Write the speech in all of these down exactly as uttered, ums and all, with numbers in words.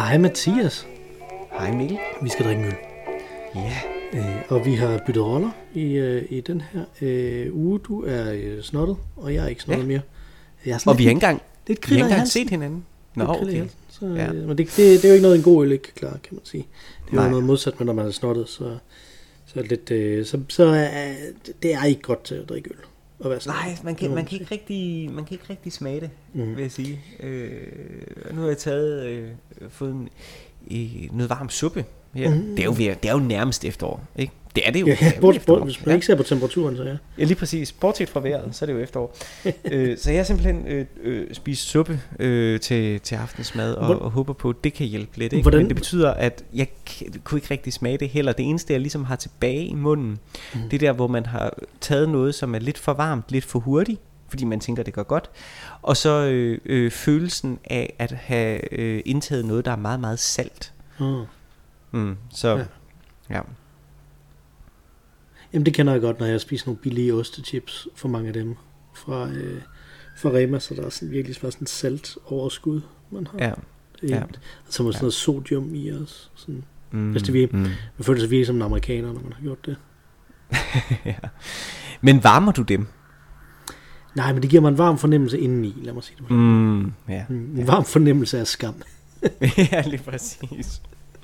Hej Mathias. Hej Mikkel. Vi skal drikke en øl. Ja. Øh, og vi har byttet roller i, øh, i den her øh, uge. Du er øh, snottet, og jeg er ikke snottet ja. mere. Jeg er og vi har ikke engang, lidt vi har ikke engang set hinanden. Nå, okay. Så, ja. Men det, det, det er jo ikke noget, en god øl ikke kan klare, kan man sige. Det er Nej. jo noget modsat, når man er snottet, så, så, lidt, øh, så, så er det er ikke godt til at drikke øl. Nej, man kan, man, kan ikke rigtig, man kan ikke rigtig smage det, mm. vil jeg sige. Øh, nu har jeg taget øh, fået en, i noget varm suppe her. Mm. Det, er jo, det er jo nærmest efterår, ikke? Det er det jo. Ja, ja, bort, bort, hvis man ja. ikke ser på temperaturen, så ja. Ja, lige præcis. Bortset fra vejret, så er det jo efterår. øh, så jeg har simpelthen øh, øh, spist suppe øh, til, til aftensmad, og, og håber på, at det kan hjælpe lidt. Ikke? Hvordan? Men det betyder, at jeg k- kunne ikke rigtig smage det heller. Det eneste, jeg ligesom har tilbage i munden, mm. det er der, hvor man har taget noget, som er lidt for varmt, lidt for hurtigt, fordi man tænker, det går godt. Og så øh, øh, følelsen af at have øh, indtaget noget, der er meget, meget salt. Mm. Mm, så, ja. ja. Jamen det kender jeg godt, når jeg spiser nogle billige ostechips, for mange af dem fra, øh, fra Rema, så der er sådan virkelig sådan salt overskud, man har. Ja. Ja. Og så må sådan noget sodium i os. Sådan. Mm, altså det virkelig, mm. Man føler sig virkelig som en amerikaner, når man har gjort det. Ja. Men varmer du dem? Nej, men det giver mig en varm fornemmelse indeni, lad mig sige det. Mm, ja. En varm fornemmelse af skam. Ja, lige præcis.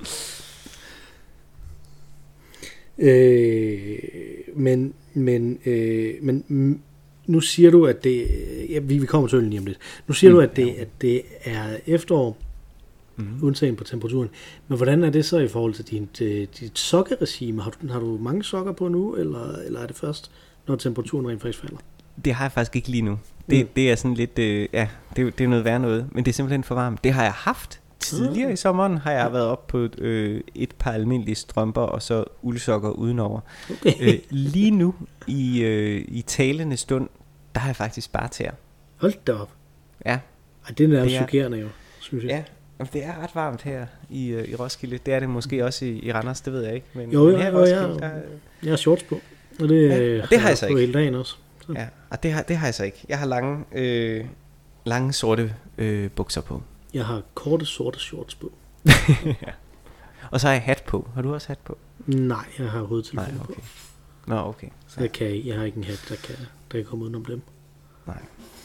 Øh, men men øh, men nu siger du at det ja, vi vi kommer til øllen lige om lidt. Nu siger mm, du at det ja. at det er efterår, mm. undtagen på temperaturen. Men hvordan er det så i forhold til dit dit sokkerregime? Har du har du mange sokker på nu, eller eller er det først når temperaturen rent faktisk falder? Det har jeg faktisk ikke lige nu. Det mm. det er sådan lidt øh, ja, det det er noget værre noget, men det er simpelthen for varmt. Det har jeg haft tidligere i sommeren, har jeg været op på øh, et par almindelige strømper og så uldsokker udenover. Okay. Øh, lige nu i øh, i talende stund, der har jeg faktisk bare tæer. Hold da op. Ja. Ej, det er jo chokerende jo, synes jeg. Ja, det er ret varmt her i øh, i Roskilde. Det er det måske også i, i Randers, det ved jeg ikke, men, jo, men her jo, i Roskilde, jeg, der, jeg har shorts på. Og det, ja, og det har jeg så ikke. Hele dagen også. Så. Ja, og det har det har jeg så ikke. Jeg har lange øh, lange sorte øh, bukser på. Jeg har korte sorte shorts på. Ja. Og så har jeg hat på. Har du også hat på? Nej, jeg har hovedtelefoner Nej, okay. på. Nå, okay. Så jeg, kan, jeg har ikke en hat, der kan, der kan komme udenom dem. Nej.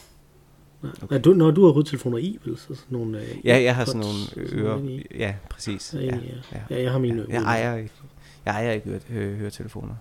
Nej. Okay. Du, når du har hovedtelefoner i, vel? Så sådan nogle, øh, ja, jeg har sådan nogle ører. Ja, præcis. Ja, ja. Ja. Ja, jeg har mine ja, jeg ejer ikke, jeg ejer ikke øre, høretelefoner.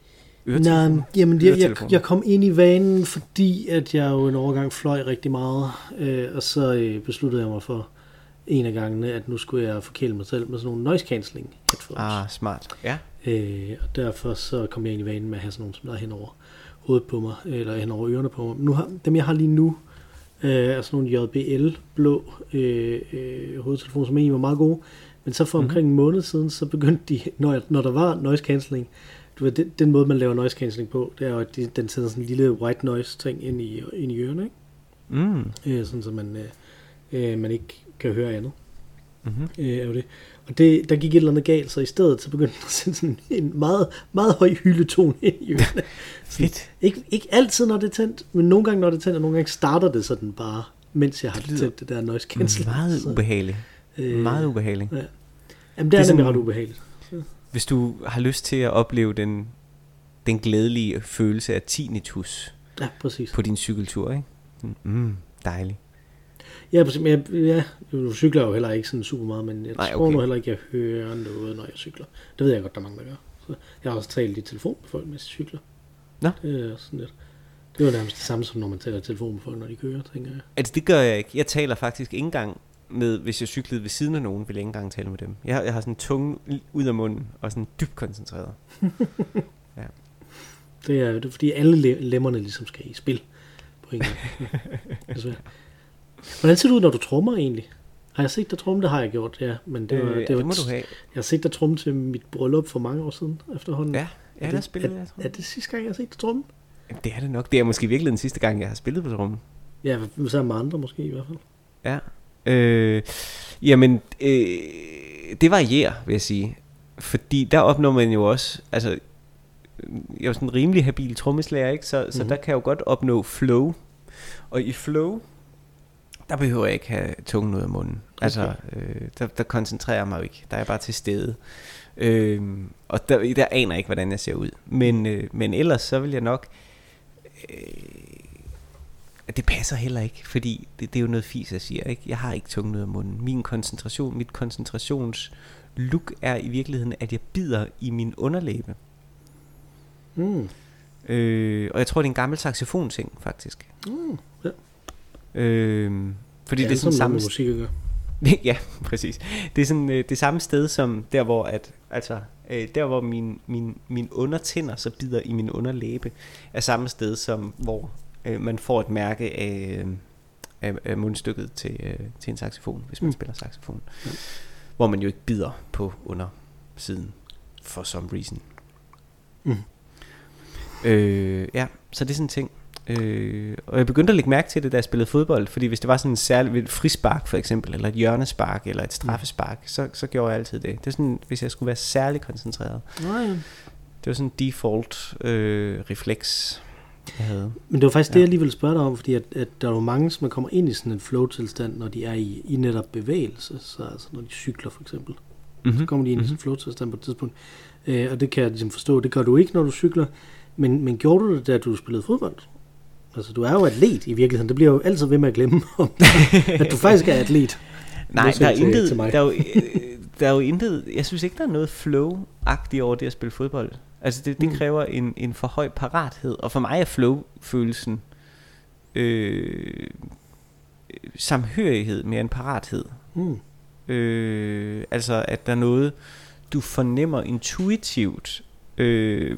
Nej, jamen jeg, jeg, jeg kom ind i vanen, fordi at jeg jo en overgang fløj rigtig meget, øh, og så øh, besluttede jeg mig for en af gangene, at nu skulle jeg forkæle mig selv med sådan nogle noise cancelling headphones. Ah, smart. Ja. Øh, og derfor så kom jeg ind i vanen med at have sådan nogle, som der er hen over hovedet på mig, eller hen over ørerne på mig. Nu har, dem jeg har lige nu, øh, er sådan nogle J B L blå øh, øh, hovedtelefoner, som egentlig var meget gode, men så for mm-hmm. omkring en måned siden, så begyndte de, når, jeg, når der var noise cancelling, du ved, den, den måde man laver noise cancelling på, det er jo at de, den sætter sådan en lille white noise ting ind i ind i ørerne, ikke? Mm. Øh, sådan så man øh, man ikke kan høre andet. Mm-hmm. Øh, er jo det. Og det der gik et eller andet galt, så i stedet så begyndte der sådan, sådan en meget meget høj hylletone ind i ørerne. Fedt. Ikke ikke altid når det er tændt, men nogle gange når det er tændt, og nogle gange starter det sådan bare, mens jeg har det tændt det der noise cancelling. Meget ubehageligt. Øh, meget ubehageligt. Ja. Jamen det er, det er nemlig ret ubehageligt. Så. Hvis du har lyst til at opleve den, den glædelige følelse af tinnitus, ja, præcis, på din cykeltur, ikke? Mm, dejligt. Ja, præcis. Men jeg, ja, du cykler jo heller ikke sådan super meget, men jeg Nej, tror okay. nu heller ikke, jeg hører noget, når jeg cykler. Det ved jeg godt, der er mange, der gør. Så jeg har også talt i telefon med folk, mens jeg cykler. Nå. Det er sådan lidt. Det er jo nærmest det samme, som når man taler i telefon med folk, når de kører, tænker jeg. Altså, det gør jeg ikke. Jeg taler faktisk ikke engang med, hvis jeg cyklede ved siden af nogen, vil jeg ikke engang tale med dem. Jeg har, jeg har sådan tunge ud af munden, og sådan dybt koncentreret. Ja. Det er, det er fordi alle lemmerne ligesom skal i spil på en gang. Hvordan ser det ud, når du trommer egentlig? Har jeg set dig tromme? Det har jeg gjort, ja. Men det, var, øh, det, var det må t- du have. Jeg har set dig tromme til mit bryllup for mange år siden efterhånden. Ja, ja er der det, spillede er, jeg. Er det sidste gang, jeg har set dig tromme? Det er det nok. Det er måske virkelig den sidste gang, jeg har spillet på trommen. Ja, sammen med andre måske i hvert fald. Ja. Øh, jamen, øh, det varierer, vil jeg sige. Fordi der opnår man jo også, altså, jeg er jo sådan en rimelig habil trommeslager, ikke? Så, mm-hmm. så der kan jeg jo godt opnå flow. Og i flow, der behøver jeg ikke have tungen ud af munden. Okay. Altså, øh, der, der koncentrerer jeg mig jo ikke. Der er jeg bare til stede. Øh, og der, der aner jeg ikke, hvordan jeg ser ud. Men, øh, men ellers så vil jeg nok... Øh, det passer heller ikke, fordi det, det er jo noget fis, jeg siger. Ikke? Jeg har ikke tungen ud af munden. Min koncentration, mit koncentrationslook er i virkeligheden, at jeg bider i min underlæbe. Mm. Øh, og jeg tror, det er en gammel saxofon-ting, faktisk. Mm, ja. Øh, fordi det er, det er sådan samme musik at gøre. Ja, præcis. Det er sådan øh, det samme sted som der hvor at altså øh, der hvor min min min undertænder så bider i min underlæbe, er samme sted som hvor øh, man får et mærke af, af, af mundstykket til øh, til en saxofon, hvis man mm. spiller saxofon. Mm. Hvor man jo ikke bider på undersiden for some reason. Mm. Øh, ja, så det er sådan en ting. Øh, og jeg begyndte at lægge mærke til det, da jeg spillede fodbold, fordi hvis det var sådan en særlig et frispark for eksempel, eller et hjørnespark, eller et straffespark, så, så gjorde jeg altid det. Det er sådan, hvis jeg skulle være særlig koncentreret. Nej. Det var sådan en default øh, refleks, jeg havde. Men det var faktisk ja. det, jeg lige ville spørge dig om, fordi at, at der er jo mange, som kommer ind i sådan en flow-tilstand, når de er i, i netop bevægelse, så altså når de cykler for eksempel. Mm-hmm. Så kommer de ind mm-hmm. i sådan en flow-tilstand på et tidspunkt. Øh, og det kan jeg ligesom forstå, det gør du ikke, når du cykler. Men, men gjorde du det, da du spillede fodbold? Altså, du er jo atlet i virkeligheden. Det bliver jo altid ved med at glemme, at du faktisk er atlet. Nej, der er, til, intet, til der, er jo, der er jo intet... Jeg synes ikke, der er noget flow-agtigt over det at spille fodbold. Altså, det, det mm. kræver en, en for høj parathed. Og for mig er flow-følelsen øh, samhørighed mere end parathed. Mm. Øh, altså, at der er noget, du fornemmer intuitivt... Øh,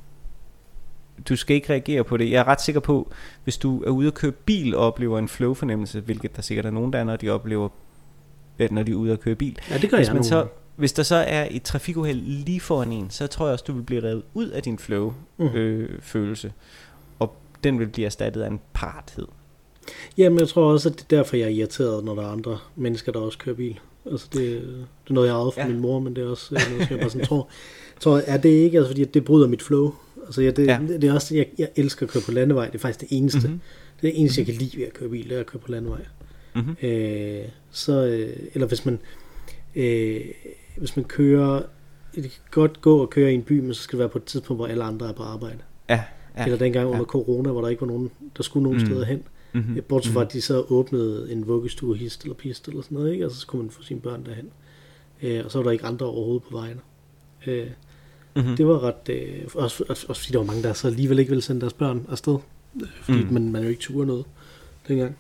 Du skal ikke reagere på det. Jeg er ret sikker på, hvis du er ude at køre bil og oplever en flow-fornemmelse, hvilket der sikkert er nogen, der er, når de oplever, når de er ude at køre bil. Ja, det gør hvis jeg man så, hvis der så er et trafikuheld lige foran en, så tror jeg også, du vil blive revet ud af din flow-følelse. Mm. Øh, og den vil blive erstattet af en parathed. Jamen, jeg tror også, at det er derfor, jeg er irriteret, når der er andre mennesker, der også kører bil. Altså, det, det er noget, jeg har arvet fra ja. min mor, men det er også noget, som jeg bare sådan tror. tror er det ikke, altså, fordi det bryder mit flow. Altså, ja, det, ja. det er også, jeg, jeg elsker at køre på landevej. Det er faktisk det eneste. Mm-hmm. Det er det eneste, jeg kan lide ved at køre bil, det er at køre på landevej. Mm-hmm. Øh, så, øh, eller hvis man, øh, hvis man kører, det kan godt gå og køre i en by, men så skal det være på et tidspunkt, hvor alle andre er på arbejde. Ja. Ja. Eller dengang under ja. corona, hvor der ikke var nogen, der skulle nogen mm. steder hen. Mm-hmm. Bortset fra, at de så åbnede en vuggestue, hist eller pist eller sådan noget, ikke? Og så skulle man få sine børn derhen. Øh, og så var der ikke andre overhovedet på vejen. Øh, mm-hmm. Det var ret... Øh, også, også, også fordi der var mange, der så alligevel ikke ville sende deres børn afsted. Fordi mm. man, man jo ikke turde noget dengang.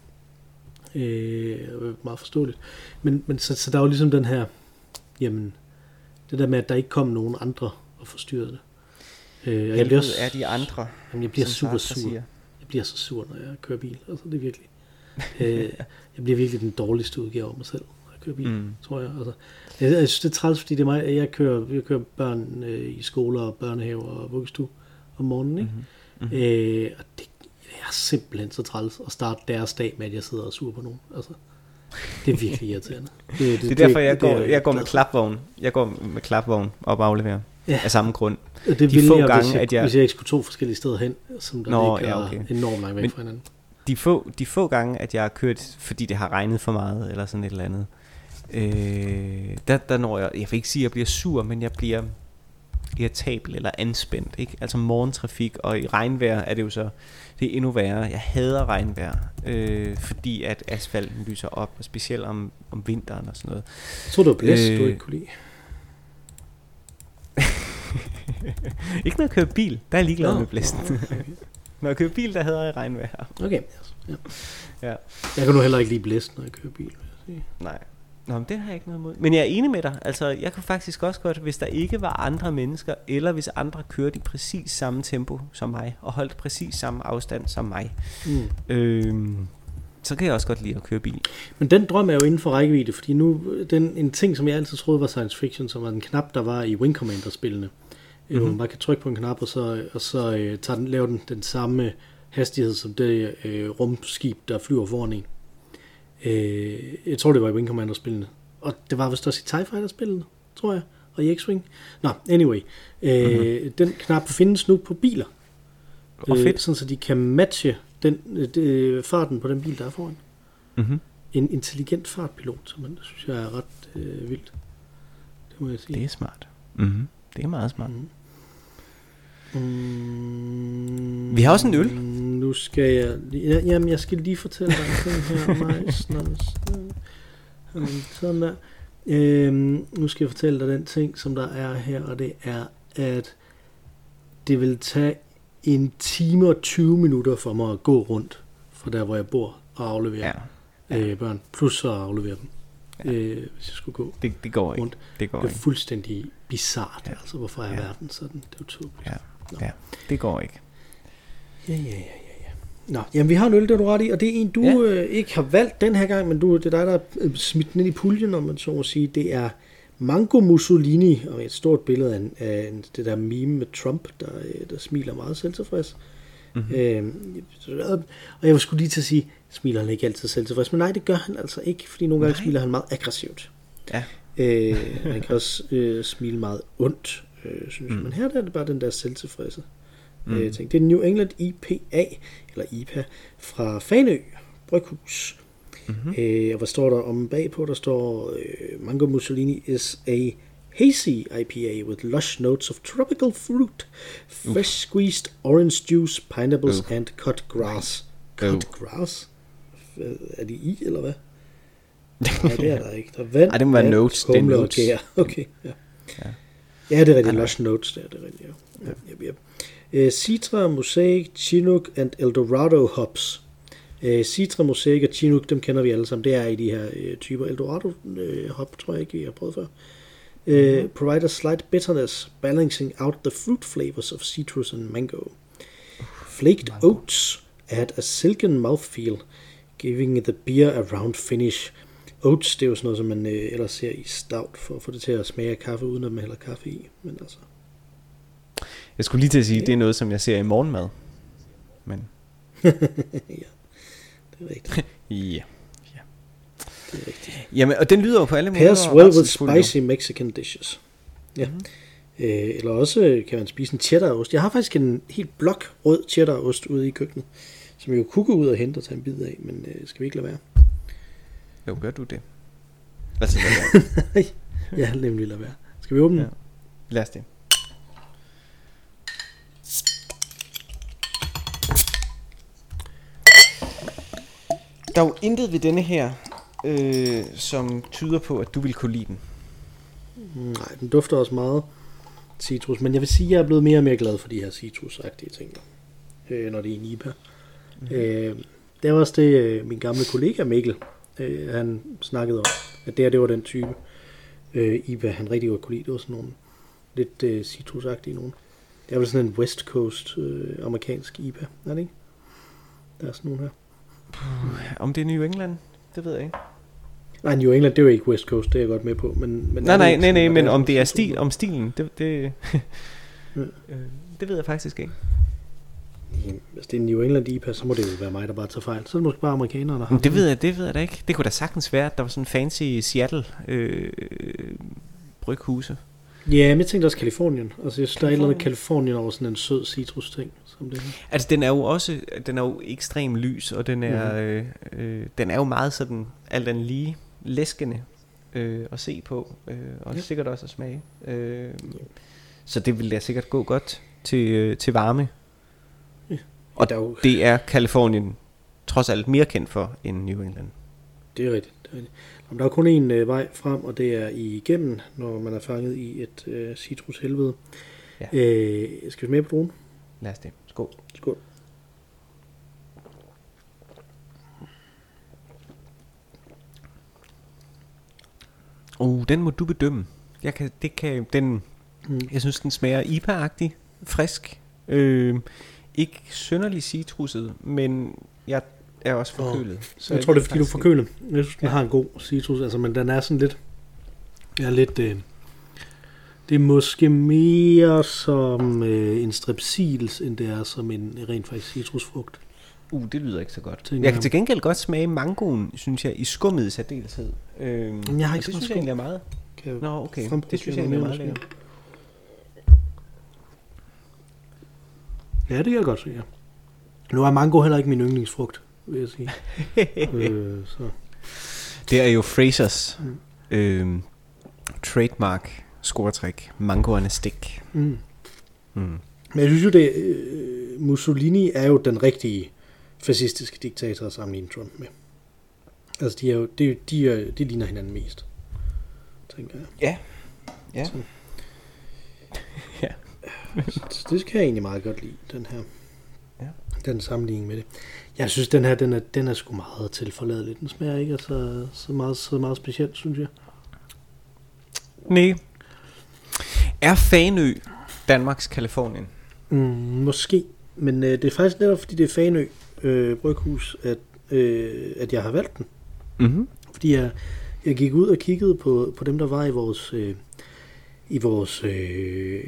Øh, meget forståeligt. Men, men så, så der var ligesom den her... Jamen, det der med, at der ikke kom nogen andre og forstyrrede det. Øh, og jeg bliver også, er de andre. Jamen, jeg bliver super sur. Jeg bliver så sur, når jeg kører bil. Altså, det er virkelig... øh, jeg bliver virkelig den dårligste udgave af mig selv, når jeg kører bil, mm. tror jeg. Altså, jeg, jeg synes, det er træls, fordi det er mig, jeg kører, jeg kører børn øh, i skoler og børnehaver og vuggestue om morgenen, ikke? Mm-hmm. Øh, og det, det er simpelthen så træls at starte deres dag med, at jeg sidder og sur på nogen. Altså, det er virkelig irriterende. Det, det, det er derfor, jeg går, jeg går med klapvogn. Jeg går med klapvogn op og afleverer. Ja. Af samme grund. Det de ville få jeg, gange, hvis jeg, at jeg... hvis jeg ikke skulle to forskellige steder hen, som der Nå, ikke er ja, okay. enormt langt væk Men fra hinanden. De få, de få gange, at jeg har kørt, fordi det har regnet for meget, eller sådan et eller andet, øh, der, der når jeg, jeg vil ikke sige, at jeg bliver sur, men jeg bliver irritabel eller anspændt, ikke? Altså morgentrafik, og i regnvejr er det jo så, det er endnu værre. Jeg hader regnvejr, øh, fordi at asfalten lyser op, og specielt om, om vinteren og sådan noget. Jeg tror, det var blæst, øh, du ikke kunne lide. Ikke når jeg kører bil, der er jeg ligeglad no. med blæsten. Okay. Når jeg kører bil, der hedder jeg regnvejr. Okay, ja. ja. Jeg kan nu heller ikke lide blæst, når jeg kører bil, vil jeg sige. Nej, Nå, men det har jeg ikke noget imod. Men jeg er enig med dig. Altså, jeg kan faktisk også godt, hvis der ikke var andre mennesker, eller hvis andre kørte i præcis samme tempo som mig, og holdt præcis samme afstand som mig, mm. øhm, så kan jeg også godt lide at køre bil. Men den drøm er jo inden for rækkevidde, fordi nu, den, en ting, som jeg altid troede var science fiction, som var den knap, der var i Wing Commander-spillene, mm-hmm. hvor man bare kan trykke på en knap, og så, og så uh, tager den, laver den den samme hastighed som det uh, rumskib, der flyver foran en. Uh, jeg tror, det var i Wing Commander-spillene. Og det var vist også i TIE Fighter-spillene, tror jeg, og i X-Wing. Nå, anyway. Uh, mm-hmm. Den knap findes nu på biler. Og fedt. Uh, sådan så de kan matche den, uh, farten på den bil, der er foran. Mm-hmm. en intelligent fartpilot, så man, det synes jeg er ret øh, vildt. Det må jeg sige. Det er smart. Mm-hmm. Det er meget smart. Mm. Mm, Vi har også en øl. Nu skal jeg... Ja, jamen, jeg skal lige fortælle dig en ting her. Nice, nice. Sådan der. Øhm, nu skal jeg fortælle dig den ting, som der er her, og det er, at det vil tage en time og tyve minutter for mig at gå rundt fra der, hvor jeg bor, og aflevere ja. øh, børn, plus så aflevere dem, ja. øh, hvis jeg skulle gå det, det går rundt. Ikke. Det går det er ikke. Fuldstændig bizart, ja. Altså hvorfor er ja. verden sådan? Det er utopisk. Ja. ja, det går ikke. Ja, ja, ja, ja. Nå, jamen vi har en øl, der du ret i, og det er en, du ja. øh, ikke har valgt den her gang, men du, det er dig, der er smidt den ind i puljen, om man så må sige. Det er Mango Mussolini, og et stort billede af, af det der meme med Trump, der, der smiler meget selvtilfreds. Mm-hmm. Øhm, og jeg skulle lige til at sige, smiler han ikke altid selvtilfreds, men nej, det gør han altså ikke, fordi nogle gange nej. smiler han meget aggressivt. Ja. Øh, han kan også øh, smile meget ondt, øh, synes jeg. Mm. Men her der er det bare den der selvtilfredse. Mm. Øh, ting. Det er New England I P A, eller I P A, fra Fanø Bryghus. Mm-hmm. Øh, og hvad står der om bagpå? Der står, øh, Mango Mussolini is a hazy I P A with lush notes of tropical fruit, fresh Uf. squeezed orange juice, pineapples Uf. and cut grass. Cut Uf. grass? Er det i, eller hvad? Nej, det er der ikke. Der er vand, Ej, det må være notes. Det er notes. Okay, okay, ja. ja. Ja, det er rigtig lush notes, der. Det er rigtig, ja. ja. Yep, yep. Uh, Citra, Mosaic, Chinook and Eldorado hops. Uh, Citra, Mosaic og Chinook, dem kender vi alle sammen. Det er i de her uh, typer. Eldorado uh, hop, tror jeg ikke, vi har prøvet før. Uh, mm-hmm. Provide a slight bitterness, balancing out the fruit flavors of citrus and mango. Flaked mango. Oats add a silken mouthfeel, giving the beer a round finish. Oats, det er jo sådan noget, som man uh, ellers ser i stout, for at få det til at smage af kaffe, uden at man hælder kaffe i. Men altså... Jeg skulle lige til at sige, at det er noget, som jeg ser i morgenmad. Men... ja, det er rigtigt. ja. ja. Det er rigtigt. Jamen, og den lyder jo på alle måder. Pairs well with spicy Mexican dishes. Ja. Mm-hmm. Øh, eller også kan man spise en cheddarost. Jeg har faktisk en helt blok rød cheddarost ude i køkkenet, som jeg jo kunne gå ud og hente og tage en bid af, men øh, skal vi ikke lade være? Jo, gør du det? Altså, lad være. ja, nemlig lade være. Skal vi åbne den? Ja. Lad os det. Der er jo intet ved denne her, øh, som tyder på, at du vil kunne lide den. Nej, den dufter også meget citrus, men jeg vil sige, at jeg er blevet mere og mere glad for de her citrusagtige ting, øh, når det er en I P A. Mm-hmm. Øh, det var også det, øh, min gamle kollega Mikkel, øh, han snakkede om, at det her, det var den type øh, I P A, han rigtig godt kunne lide. Det var sådan nogle lidt øh, citrusagtige nogen. Det er vel sådan en West Coast øh, amerikansk I P A, er det ikke? Der er sådan nogle her. Om det er New England, det ved jeg ikke. Nej, New England, det er jo ikke West Coast, det er jeg godt med på. Men, men nej, nej, nej, nej, men om det er stil, om stilen, det, det, ja. det ved jeg faktisk ikke. Jamen, hvis det er New England I P A, så må det jo være mig, der bare tager fejl. Så er det måske bare amerikanere, der har det. Ved jeg, det ved jeg da ikke. Det kunne da sagtens være, at der var sådan en fancy Seattle øh, bryghuse. Ja, men jeg tænkte også Kalifornien. Altså, jeg synes, der er et eller andet Kalifornien over sådan en sød citrus-ting. Som det. Altså, den er jo også, den er jo ekstrem lys, og den er, mm-hmm. øh, øh, den er jo meget sådan, alt andet lige, læskende øh, at se på, øh, og ja. sikkert også at smage. Øh, ja. Så det vil da sikkert gå godt til, øh, til varme. Ja. Og ja, jo... det er Kalifornien trods alt mere kendt for end New England. Det er rigtigt. Det er rigtigt. Der er kun en øh, vej frem, og det er igennem, når man er fanget i et øh, citrushelvede. Ja. Øh, skal vi med på dronen? Lad os det. Skål. Skål. Uh, den må du bedømme. Jeg kan, det kan, den, mm. jeg synes, den smager I P A-agtig, frisk. Øh, ikke synderlig citrusset, men jeg er også forkølet. Oh. Så jeg, jeg tror, det er fordi, du er forkølet. Jeg synes, den ja. har en god citrus, altså, men den er sådan lidt... Jeg er lidt... Øh, det er måske mere som øh, en strepsils, end det er som en rent faktisk citrusfrugt. Uh, det lyder ikke så godt. Jeg kan til gengæld godt smage mangoen, synes jeg, i skummet i særdeleshed. Øh, jeg har ikke det synes jeg egentlig er meget. Nå, okay. Det synes jeg egentlig er meget lækkert. Ja, det kan jeg godt se, ja. Nu er mango heller ikke min yndlingsfrugt, vil jeg sige. øh, så. Det er jo Frasers mm. øh, trademark scoretræk, mangoerne stik. Mm. Mm. Men jeg synes jo, det uh, Mussolini er jo den rigtige fascistiske diktator at sammenligne Trump med. Altså, de, er jo, de, de, er, de ligner hinanden mest, tænker jeg. Ja. Ja. Så. Ja. Så det kan jeg egentlig meget godt lide, den her. Ja. Den sammenligning med det. Jeg synes, den her, den er, den er sgu meget tilforladelig. Den smager ikke så, så, meget, så meget specielt, synes jeg. Nej. Er Fanø Danmarks Californien? Mm, måske. Men øh, det er faktisk netop, fordi det er Fanø øh, Bryghus, at, øh, at jeg har valgt den. Mm-hmm. Fordi jeg, jeg gik ud og kiggede på, på dem, der var i vores... Øh, i vores... Øh,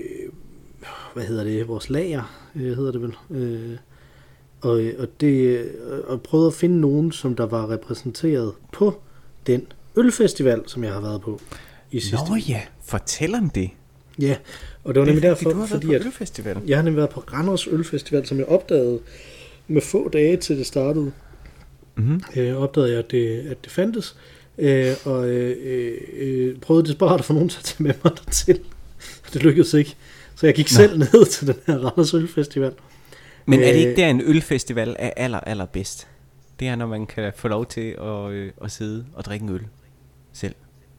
hvad hedder det? Vores lager, øh, hedder det vel. Øh, og, og, det, og prøvede at finde nogen, som der var repræsenteret på den ølfestival, som jeg har været på i sidste. Nå ja, fortæl om det. Ja, og det var nemlig derfor, du har fordi været på at ølfestival. Jeg har nemlig været på Randers Ølfestival, som jeg opdagede med få dage til det startede. Mm-hmm. Øh, opdagede jeg, at det, at det fandtes, øh, og øh, øh, prøvede desperat at få nogen til at tage med mig dertil. Det lykkedes ikke. Så jeg gik Nå. selv ned til den her Randers Ølfestival. Men er det ikke der, en ølfestival er aller, aller bedst? Det er, når man kan få lov til at, øh, at sidde og drikke en øl selv.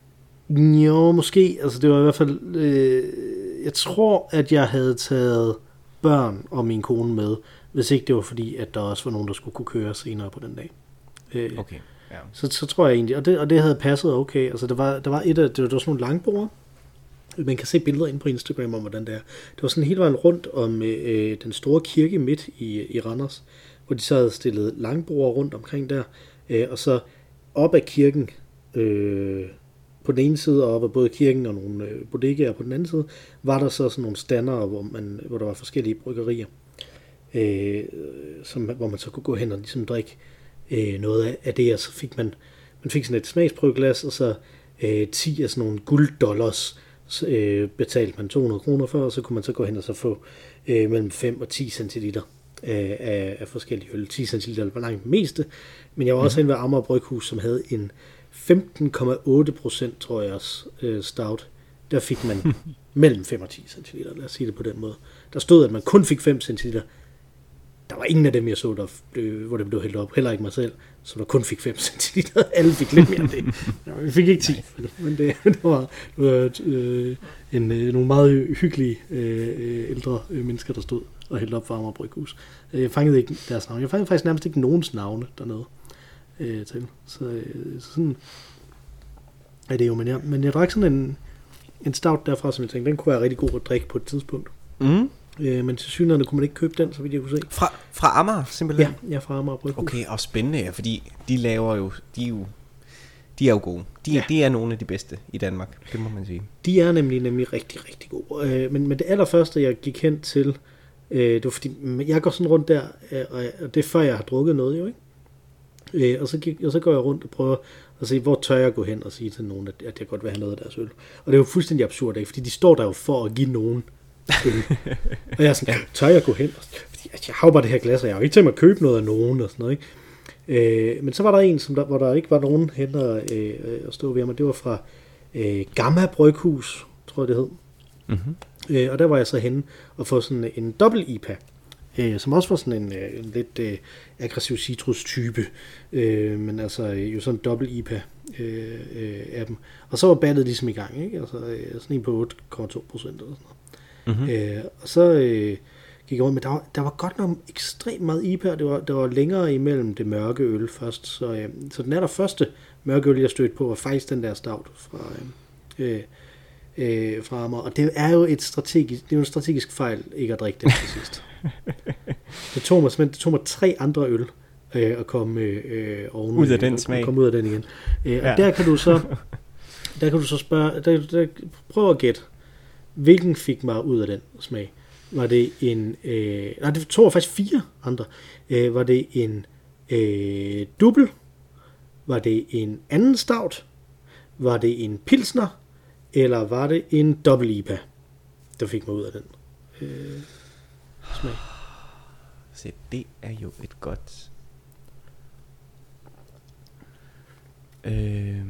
Jo, måske. Altså, det var i hvert fald... Øh, jeg tror, at jeg havde taget børn og min kone med, hvis ikke det var fordi, at der også var nogen, der skulle kunne køre senere på den dag. Øh, okay, ja. Så, så tror jeg egentlig... Og det, og det havde passet okay. Altså, der var, der var et af... Det var, der var sådan nogle langbord. Man kan se billeder inde på Instagram om, hvordan det er. Det var sådan hele vejen rundt om øh, den store kirke midt i, i Randers, hvor de så havde stillet langbord rundt omkring der, øh, og så op ad kirken, øh, på den ene side, og op ad både kirken og nogle øh, bodegaer på den anden side, var der så sådan nogle stander, hvor, man, hvor der var forskellige bryggerier, øh, som, hvor man så kunne gå hen og ligesom drikke øh, noget af, af det, og så fik man, man fik sådan et smagsprøveglas, og så øh, ti af sådan nogle gulddollars, så, øh, betalte man to hundrede kroner for, og så kunne man så gå hen og så få øh, mellem fem og ti centiliter af, af, af forskellige øl. ti centiliter var langt det meste, men jeg var også mm. inde ved Amager Bryghus, som havde en femten komma otte procent, tror jeg også, øh, stout. Der fik man mellem fem og ti centiliter, lad os sige det på den måde. Der stod, at man kun fik fem centiliter. Der var ingen af dem, jeg så, der, øh, hvor det blev hældt op. Heller ikke mig selv, så der kun fik fem centiliter. Alle fik lidt mere end det. Ja, vi fik ikke ti, men det, det var, det var øh, en, øh, nogle meget hyggelige øh, ældre øh, mennesker, der stod og hældte op for Amager Bryghus. Jeg fangede ikke deres navne. Jeg fangede faktisk nærmest ikke nogens navne dernede øh, til. Så, øh, så sådan er det jo. Men jeg, men jeg drak sådan en, en stout derfra, som jeg tænkte, den kunne være rigtig god at drikke på et tidspunkt. Mm. Øh, men til synligheden kunne man ikke købe den, så vidt jeg kunne se. Fra, fra Amager, simpelthen? Ja, ja, fra Amager Bryghus. Okay, og spændende, ja, fordi de laver jo, de er jo, de er jo gode. De, ja. de er nogle af de bedste i Danmark, det må man sige. De er nemlig, nemlig rigtig, rigtig gode. Øh, men, men det allerførste, jeg gik hen til, øh, det var fordi, jeg går sådan rundt der, øh, og det er før jeg har drukket noget, jo ikke? Øh, og, så gik, og så går jeg rundt og prøver at se, hvor tør jeg gå hen og sige til nogen, at, at jeg godt vil have noget af deres øl. Og det er jo fuldstændig absurd, ikke? Fordi de står der jo for at give nogen øl. Og jeg er sådan, tør jeg gå hen? Fordi jeg har jo bare det her glas, og jeg har jo ikke tænkt mig at købe noget af nogen og sådan noget, ikke? Øh, men så var der en, som der, hvor der ikke var nogen hen og, øh, at stå ved mig. Det var fra øh, Gamma Bryghus, tror jeg det hed. Mm-hmm. Øh, og der var jeg så henne og få sådan en dobbelt I P A, øh, som også var sådan en, øh, en lidt øh, aggressiv citrus-type, øh, men altså øh, jo sådan en dobbelt I P A øh, øh, af dem. Og så var ballet ligesom i gang, ikke? Altså øh, sådan en på otte komma to procent eller sådan noget. Mm-hmm. Øh, og så øh, gik jeg rundt, men der var, der var godt nok ekstremt meget I P A, det var, der var længere imellem det mørke øl først, så, øh, så den allerførste mørke øl, jeg stødte på, var faktisk den der stout fra, øh, øh, fra Amager, og det er jo et strategisk, det er jo en strategisk fejl, ikke at drikke den til sidst. Det tog mig, det tog mig tre andre øl øh, at komme øh, oven, ud af den smag, komme ud af den igen. Øh, ja. Og der kan du så, der kan du så spørge, der, der, prøv at gætte, hvilken fik mig ud af den smag? Var det en, øh, nej, det tog faktisk fire andre. Øh, var det en øh, dubbel? Var det en anden stout? Var det en pilsner? Eller var det en dobbelt I P A, der fik mig ud af den øh, smag? Se, det er jo et godt... Øh...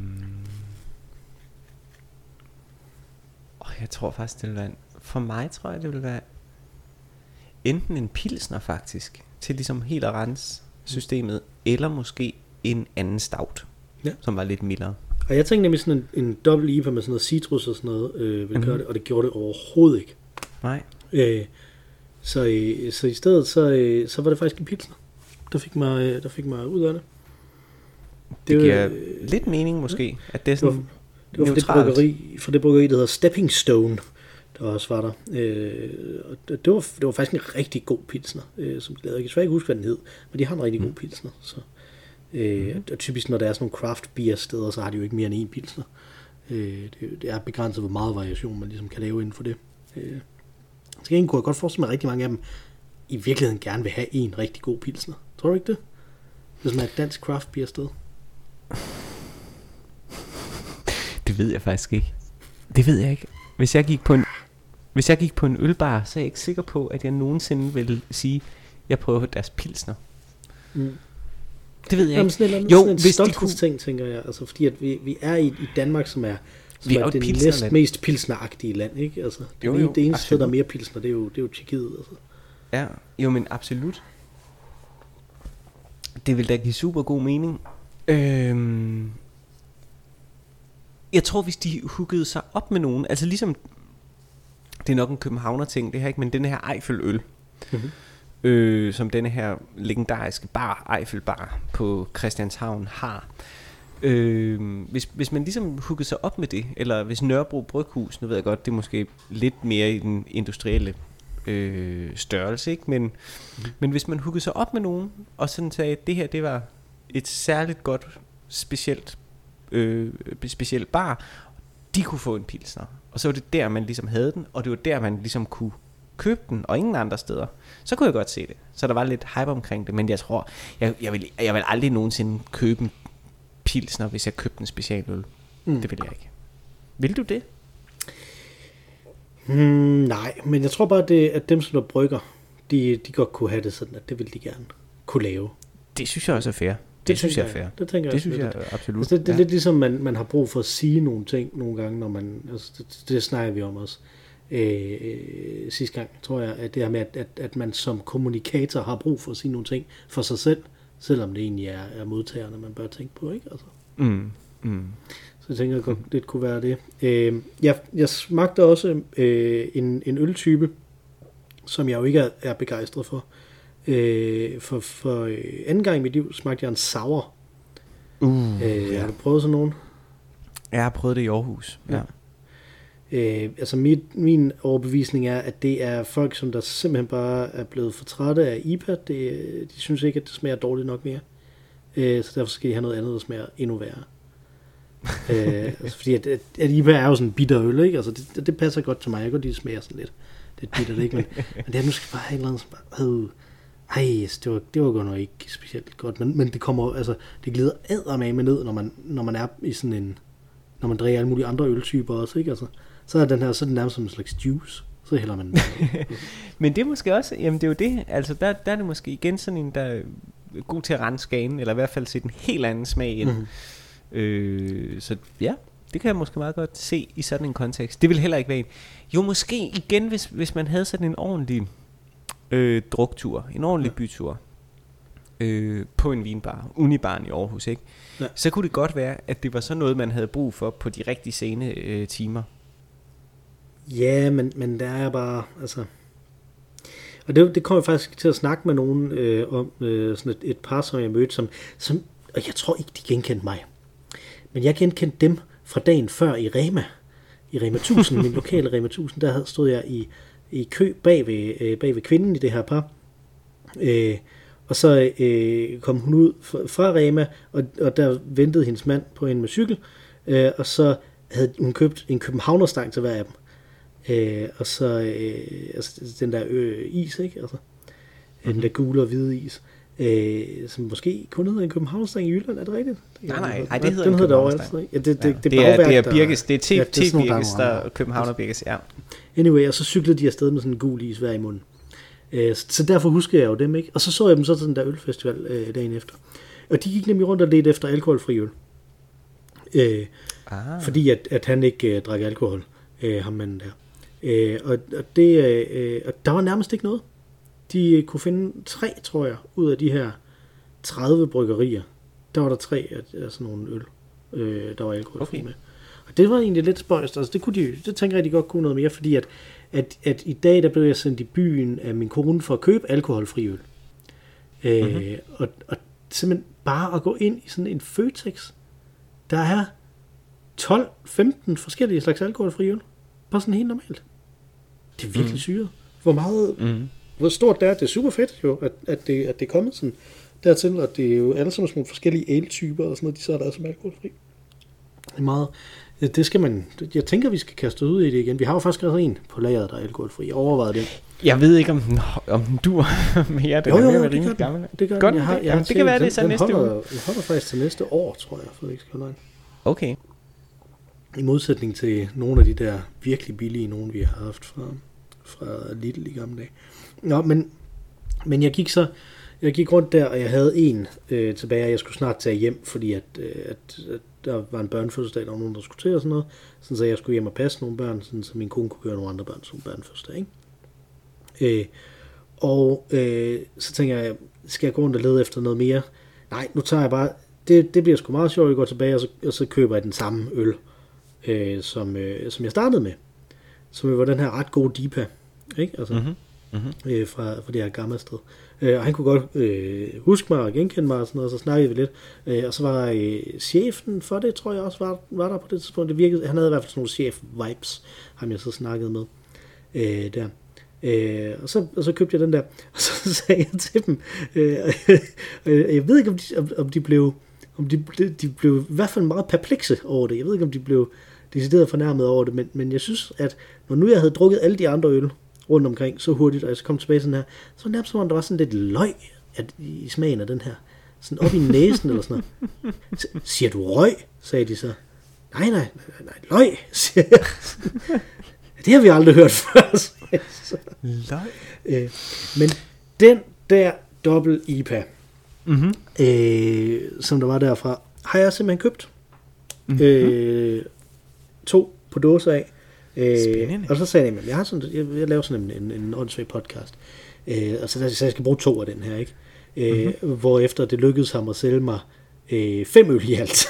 Oh, jeg tror faktisk, det vil være... For mig tror jeg, det vil være enten en pilsner faktisk, til ligesom helt at rense systemet, mm. eller måske en anden stout, ja. Som var lidt mildere. Og jeg tænkte nemlig sådan en, en dobbelt I P A med sådan noget citrus og sådan noget, øh, ville mm-hmm. gøre det, og det gjorde det overhovedet ikke. Nej. Øh, så, øh, så i stedet, så, øh, så var det faktisk en pilsner, der fik mig, øh, der fik mig ud af det. Det, det giver øh, lidt mening måske, ja. At det er sådan det var, det var for, det bryggeri, for det bryggeri, der hedder Stepping Stone, der også var der. Øh, og det, var, det var faktisk en rigtig god pilsner, øh, som de lavede. Jeg kan desværre ikke huske, hvad den hed, men de har en rigtig mm. god pilsner. Så, øh, mm. Og typisk, når der er sådan nogle craft beer steder, så har de jo ikke mere end en pilsner. Øh, det, det er begrænset, hvor meget variation man ligesom kan lave inden for det. Øh, så kunne jeg godt forestille mig, at rigtig mange af dem i virkeligheden gerne vil have en rigtig god pilsner. Tror du ikke det? Hvis man er et dansk craft beer sted. Det ved jeg faktisk ikke. Det ved jeg ikke. Hvis jeg gik på en Hvis jeg gik på en ølbar, så er jeg ikke sikker på, at jeg nogensinde vil sige, jeg prøver deres pilsner. Mm. Det ved jeg Jamen, ikke. Sådan en, jo, sådan en hvis de kunne... ting, tænker jeg. Altså, fordi at vi, vi er i, i Danmark, som er, som er, er det næst mest pilsneragtige land, ikke? Altså, det, jo, jo, det eneste sted, der er mere pilsner, det er jo, det er jo Tjekkiet. Altså. Ja, jo, men absolut. Det vil da give super god mening. Øhm... Jeg tror, hvis de huggede sig op med nogen, altså ligesom... Det er nok en københavner ting, det her ikke, men den her Eiffel-øl, mm-hmm. øh, som denne her legendariske bar, Eiffel-bar på Christianshavn har. Øh, hvis, hvis man ligesom huggede sig op med det, eller hvis Nørrebro Bryghus, nu ved jeg godt, det er måske lidt mere i den industrielle øh, størrelse, ikke? Men, mm-hmm. men hvis man huggede sig op med nogen, og sådan sagde, at det her, det var et særligt godt, specielt, øh, specielt bar, de kunne få en pilsner. Og så var det der, man ligesom havde den, og det var der, man ligesom kunne købe den, og ingen andre steder. Så kunne jeg godt se det. Så der var lidt hype omkring det, men jeg tror, jeg, jeg, vil, jeg vil aldrig nogensinde købe en pilsner, hvis jeg købte en specialøl. Mm. Det vil jeg ikke. Vil du det? Hmm, nej, men jeg tror bare, det, at dem, som der brygger, de, de godt kunne have det sådan, at det vil de gerne kunne lave. Det synes jeg også er fair. Det, det synes jeg er fair. Det, tænker det jeg synes jeg absolut. Altså det, det er ja. lidt ligesom, man, man har brug for at sige nogle ting nogle gange, når man, altså det, det snakker vi om også øh, øh, sidste gang, tror jeg, at det her med, at, at, at man som kommunikator har brug for at sige nogle ting for sig selv, selvom det egentlig er, er modtagerne, man bør tænke på, ikke? Altså. Mm, mm. Så jeg tænker, at det lidt kunne være det. Øh, jeg, jeg smagte også øh, en, en øltype, som jeg jo ikke er, er begejstret for. Øh, for, for øh, anden gang i mit liv smagte jeg en sour. Uh, øh, ja. Har du prøvet sådan nogen? Jeg har prøvet det i Aarhus. Ja. Ja. Øh, altså mit, min overbevisning er, at det er folk, som der simpelthen bare er blevet for trætte af I P A. Det, de synes ikke, at det smager dårligt nok mere. Øh, så derfor skal de have noget andet, der smager endnu værre. øh, altså fordi at, at, at I P A er jo sådan en bitter øl, ikke? Altså det, det passer godt til mig. Jeg kan godt lide, det smager sådan lidt. Det er bittert, ikke? Men, men det er nu skal bare have et eller andet, som bare... Øh, ej, det var, det var godt nok ikke specielt godt, men, men det kommer, altså, det glider eddermame ned, når man, når man er i sådan en, når man drikker alle mulige andre øltyper også, ikke? Altså, så er den her, så er den nærmest som en slags juice, så hælder man den. Men det er måske også, jamen det er jo det, altså der, der er det måske igen sådan en, der er god til at rense skagen, eller i hvert fald sætte en helt anden smag ind. Mm-hmm. Øh, så ja, det kan jeg måske meget godt se i sådan en kontekst. Det vil heller ikke være en. Jo, måske igen, hvis, hvis man havde sådan en ordentlig Øh, druktur, en ordentlig ja. bytur øh, på en vinbar, Unibaren i Aarhus, ikke? Ja. Så kunne det godt være, at det var sådan noget, man havde brug for på de rigtig sene øh, timer. Ja, men, men der er bare, altså... Og det, det kom jeg faktisk til at snakke med nogen øh, om, øh, sådan et, et par, som jeg mødte, som, som, og jeg tror ikke, de genkendte mig. Men jeg genkendte dem fra dagen før i Rema. I Rema tusind, min lokale Rema tusind, der stod jeg i i kø bag ved, øh, bag ved kvinden i det her par. Øh, og så øh, kom hun ud fra, fra Rema, og, og der ventede hendes mand på hende med cykel, øh, og så havde hun købt en københavnerstang til hver af dem. Øh, og så øh, altså, den der øh, is, ikke? Altså, mm-hmm. Den der gule og hvide is, øh, som måske kun hedder en københavnerstang i Jylland, er det rigtigt? Nej, nej, nej, det hedder den en københavnerstang. Ja, det, det, ja. det, det, er, det er Birkes, det er T ja, Birkes, der Københavner Birkes, ja. Anyway, og så cyklede de afsted med sådan en gul is hver i munden. Øh, så derfor husker jeg jo dem, ikke? Og så så jeg dem så til den der ølfestival øh, dagen efter. Og de gik nemlig rundt og ledte efter alkoholfri øl. Øh, ah. Fordi at, at han ikke øh, drak alkohol, øh, ham manden der. Øh, og, og, det, øh, og der var nærmest ikke noget. De kunne finde tre, tror jeg, ud af de her tredive bryggerier. Der var der tre af, af sådan nogle øl, øh, der var alkoholfri okay. med. Og det var egentlig lidt spøjst. Altså, det, kunne de, det tænker jeg, de godt kunne noget mere, fordi at, at, at i dag, der blev jeg sendt i byen af min kone for at købe alkoholfri øl. Mm-hmm. Øh, og, og simpelthen bare at gå ind i sådan en Føtex, der er tolv femten forskellige slags alkoholfri øl. Bare sådan helt normalt. Det er virkelig mm. syret. Hvor meget, mm. hvor stort det er. Det er super fedt jo, at, at, det, at det er kommet sådan dertil, at det er jo alle sammen sådan forskellige ale-typer og sådan noget, de så er der som alkoholfri. Det er meget, det skal man, jeg tænker, vi skal kaste ud i det igen. Vi har jo faktisk også en på lageret, der er alkoholfri. Jeg overvejede det. Jeg ved ikke, om den, om den dur mere. Den jo, jo, er jo, mere det, gør gammel. det gør Godt, den. Jeg har, jeg har det kan være, den, det så den næste holder, uge. Den holder faktisk til næste år, tror jeg, for det ikke skal være. Okay. I modsætning til nogle af de der virkelig billige, nogle vi har haft fra, fra Lidl i gamle dage. Nå, men, men jeg gik så, jeg gik rundt der, og jeg havde en øh, tilbage, og jeg skulle snart tage hjem, fordi at, øh, at, at der var en børnefødselsdag, der var nogen, der skulle til og sådan noget, sådan så jeg skulle hjem og passe nogle børn, sådan så min kone kunne gøre nogle andre børn som børnefødselsdag, ikke? Øh, og øh, så tænker jeg, skal jeg gå rundt og lede efter noget mere? Nej, nu tager jeg bare, det, det bliver sgu meget sjovt, jeg går tilbage, og så, og så køber jeg den samme øl, øh, som, øh, som jeg startede med, som var den her ret gode D I P A, ikke? Altså, mm-hmm. Mm-hmm. Øh, fra, fra det her gamle sted. Øh, og han kunne godt øh, huske mig og genkende mig og sådan noget, og så snakkede vi lidt. Øh, og så var øh, chefen for det, tror jeg også, var, var der på det tidspunkt. Det virkede, han havde i hvert fald sådan nogle chef-vibes, ham jeg så snakket med øh, der. Øh, og, så, og så købte jeg den der, og så sagde jeg til dem, øh, øh, jeg ved ikke, om de, om, om de blev, om de, de blev i hvert fald meget perplekse over det. Jeg ved ikke, om de blev decideret fornærmet over det, men, men jeg synes, at når nu jeg havde drukket alle de andre øl rundt omkring så hurtigt, og jeg så kom tilbage sådan her, så var det nærmest som om, der var sådan lidt løg at, i smagen af den her. Sådan op i næsen eller sådan noget. Siger du røg? Sagde de så. Nej, nej, nej, løg, siger jeg. Det har vi aldrig hørt før. Løg? Øh, men den der dobbelt I P A, mm-hmm. øh, som der var derfra, har jeg simpelthen købt. Mm-hmm. Øh, to på dåse af. Øh, og så sagde jeg, at jeg, har sådan, jeg, jeg laver sådan en, en, en åndssvag podcast. Øh, og så, så jeg skal bruge to af den her, ikke? Øh, mm-hmm. Hvorefter det lykkedes ham at sælge mig øh, fem øl i alt.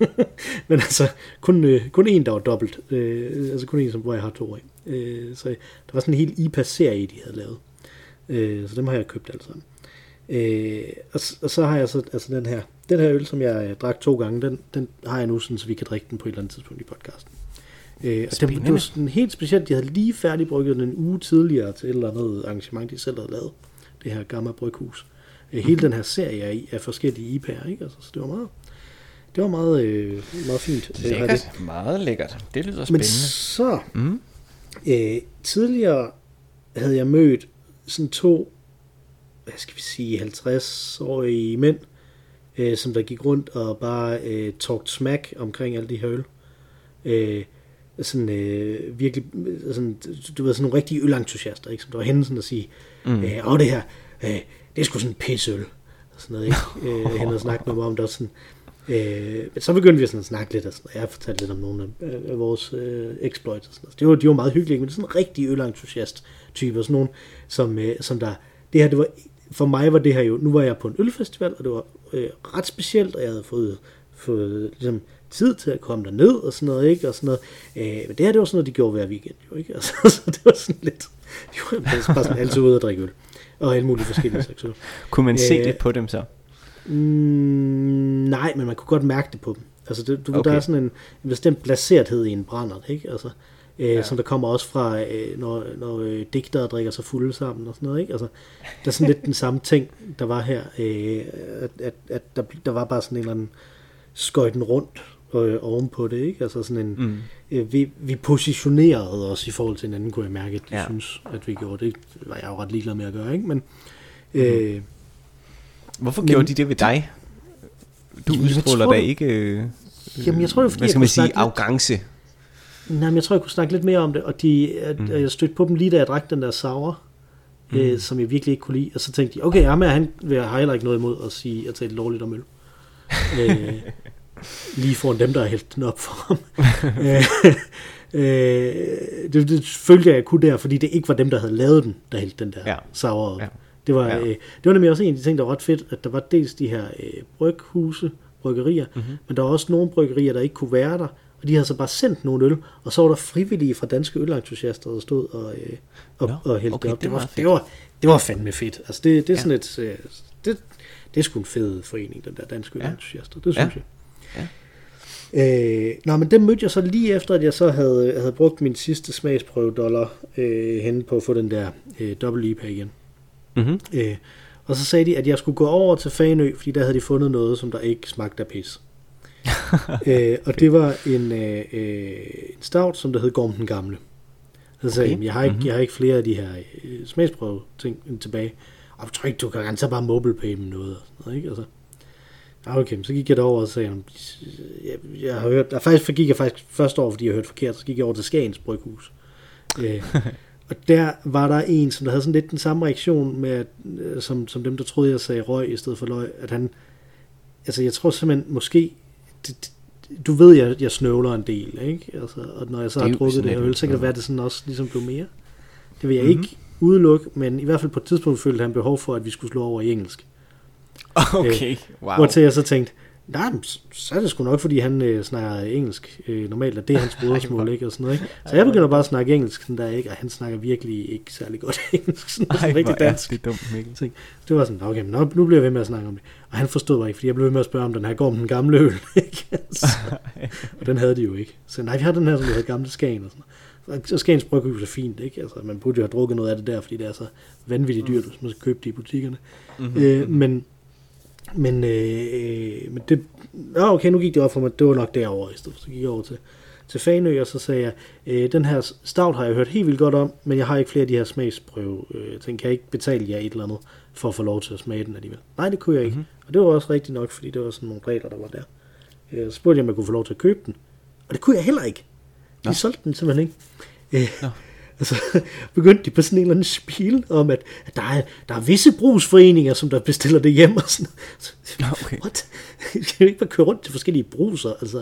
Men altså, kun, øh, kun en, der var dobbelt. Øh, altså kun en, som, hvor jeg har to af. Øh, så der var sådan en hel I P A-serie, de havde lavet. Øh, så dem har jeg købt alle sammen. Øh, og, og så har jeg så altså den her, den her øl, som jeg drak to gange, den, den har jeg nu sådan, så vi kan drikke den på et eller andet tidspunkt i podcasten. Øh, og det, det var sådan helt specielt, de havde lige færdigbrygget den en uge tidligere til et eller andet arrangement, de selv havde lavet. Det her gamle bryghus. Øh, hele den her serie af, af forskellige I P A'er, ikke? Altså, så det var meget, det var meget, øh, meget fint. Lækkert, det. Meget lækkert. Det lyder spændende. Men så, mm. øh, tidligere havde jeg mødt sådan to, hvad skal vi sige, halvtreds-årige mænd, øh, som der gik rundt og bare øh, talked smack omkring alle de her øl. Øh, sådan øh, virkelig, sådan, du ved, sådan nogle rigtige ølentusiaster, ikke? Som der var henne sådan at sige, mm. øh, åh det her, øh, det er sgu sådan en pisøl, og sådan noget, ikke? Øh, hende og snakke med mig om det også sådan. Øh, men så begyndte vi sådan at snakke lidt, og sådan, og jeg har fortalt lidt om nogle af, af vores øh, exploits og sådan noget. Det var, de var meget hyggelige, men det er sådan en rigtig ølentusiast-type, og sådan nogle, som, øh, som der, det her, det var, for mig var det her jo, nu var jeg på en ølfestival, og det var øh, ret specielt, og jeg havde fået, fået ligesom, tid til at komme derned og sådan noget, ikke? Og sådan noget. Øh, men det her, det var sådan noget, de gjorde hver weekend, jo, ikke? Altså, så det var sådan lidt, de var bare sådan altid ude at drikke øl, og alle mulige forskellige slags øl. Kunne man se øh, det på dem så? Mm, nej, men man kunne godt mærke det på dem. Altså, det, du, okay. Der er sådan en, en bestemt placerethed i en brænder, ikke? Altså, øh, ja. Som der kommer også fra, øh, når, når øh, digtere drikker sig fulde sammen og sådan noget, ikke? Altså, der er sådan lidt den samme ting, der var her, øh, at, at, at der, der var bare sådan en eller anden skøjten rundt øh, ovenpå det, ikke? Altså sådan en, mm. øh, vi, vi positionerede os i forhold til hinanden, kunne jeg mærke, at de ja. synes, at vi gjorde det. Det var jeg jo ret ligeglad med at gøre, ikke? Men, øh, mm. Hvorfor men, gjorde de det ved dig? Du udstråler da ikke, øh, jamen, jeg tror, det, fordi hvad skal man sige, arrogance. Nej, men jeg tror, jeg kunne snakke lidt mere om det, og de, at, mm. jeg stødte på dem lige da jeg drak den der sour, mm. øh, som jeg virkelig ikke kunne lide, og så tænkte de, okay, jamen, han vil heller ikke noget imod at sige, at tale lovligt om øl. øh, lige foran dem, der har hældt den op for ham. øh, det, det følte jeg kun der, fordi det ikke var dem, der havde lavet den, der hældte den der ja. sauer op. Ja. Det var, ja. øh, det var nemlig også en af de ting, der var ret fedt, at der var dels de her øh, bryghuse, bryggerier, mm-hmm. men der var også nogle bryggerier, der ikke kunne være der, og de havde så bare sendt nogle øl, og så var der frivillige fra danske ølentusiaster, der stod og, øh, og, no, og hældte okay, op. Det var, det, var, det var fandme fedt. Altså det, det er ja. sådan et, øh, det, det er sgu en fed forening, den der danske ølentusiaster. Det synes ja. jeg. Ja. Øh, nå, men dem mødte jeg så lige efter, at jeg så havde, havde brugt min sidste smagsprøve dollar øh, henne på at få den der øh, dobbelt I P A igen. Mm-hmm. Øh, og så sagde de, at jeg skulle gå over til Fanø, fordi der havde de fundet noget, som der ikke smagte af pis. øh, og det var en, øh, en stout, som der hed Gorm den Gamle. Så sagde okay. jeg, jeg har, ikke, mm-hmm. jeg har ikke flere af de her øh, smagsprøve ting tilbage. Og jeg tror ikke, du kan så bare MobilePay med noget. Og sådan noget, ikke? Altså, okay, så gik jeg derover og sagde, jeg, jeg har hørt, der faktisk gik jeg faktisk første år, fordi jeg hørte forkert, så gik jeg over til Skagens Bryghus. øh, og der var der en, som der havde sådan lidt den samme reaktion med, øh, som, som dem, der troede, jeg sagde røg i stedet for løg, at han, altså jeg tror simpelthen, måske, det, du ved, jeg, jeg snøvler en del, ikke? Altså, og når jeg så har drukket det her øl, så kan det være, at det sådan også ligesom blev mere. Det vil jeg mm-hmm. ikke udelukke, men i hvert fald på et tidspunkt følte han behov for, at vi skulle slå over i engelsk. Okay, wow. Hvor til jeg så tænkte, nej, så er det sgu nok, fordi han øh, snakker engelsk øh, normalt, og det er hans modersmål, ikke? Og sådan noget, ikke? Så jeg begynder bare at snakke engelsk, sådan der, ikke? Og han snakker virkelig ikke særlig godt engelsk, sådan Ej, rigtig dansk. Det er dumt, Mikkel. Så det var sådan, okay, men nu, nu bliver jeg ved med at snakke om det. Og han forstod mig ikke, fordi jeg blev ved med at spørge om den her Gorm den Gamle øl, ikke? Så, og den havde de jo ikke. Så nej, vi har den her, som hedder Gamle Skagen og sådan noget. Og Skagens Bryghus er fint, ikke? Altså, man burde jo have drukket noget af det der, fordi det er så vanvittigt dyrt, hvis man skal købe det i butikkerne. Mm-hmm. Øh, men Men, øh, men det, ja, okay, nu gik det op for mig, det var nok derovre i stedet, så gik jeg over til, til Fanø, og så sagde jeg, øh, den her stout har jeg hørt helt vildt godt om, men jeg har ikke flere af de her smagsprøve, øh, tænker, kan jeg ikke betale jer et eller andet, for at få lov til at smage den alligevel? Nej, det kunne jeg ikke, mm-hmm. og det var også rigtigt nok, fordi det var sådan nogle regler, der var der. Øh, så spurgte jeg, om jeg kunne få lov til at købe den, og det kunne jeg heller ikke. De solgte den simpelthen ikke. Øh, no. Og så begyndte de på sådan en eller anden spil om, at, at der, er, der er visse brugsforeninger, som der bestiller det hjem og sådan. Så, okay. What? Jeg kan jo ikke bare køre rundt til forskellige bruser, altså.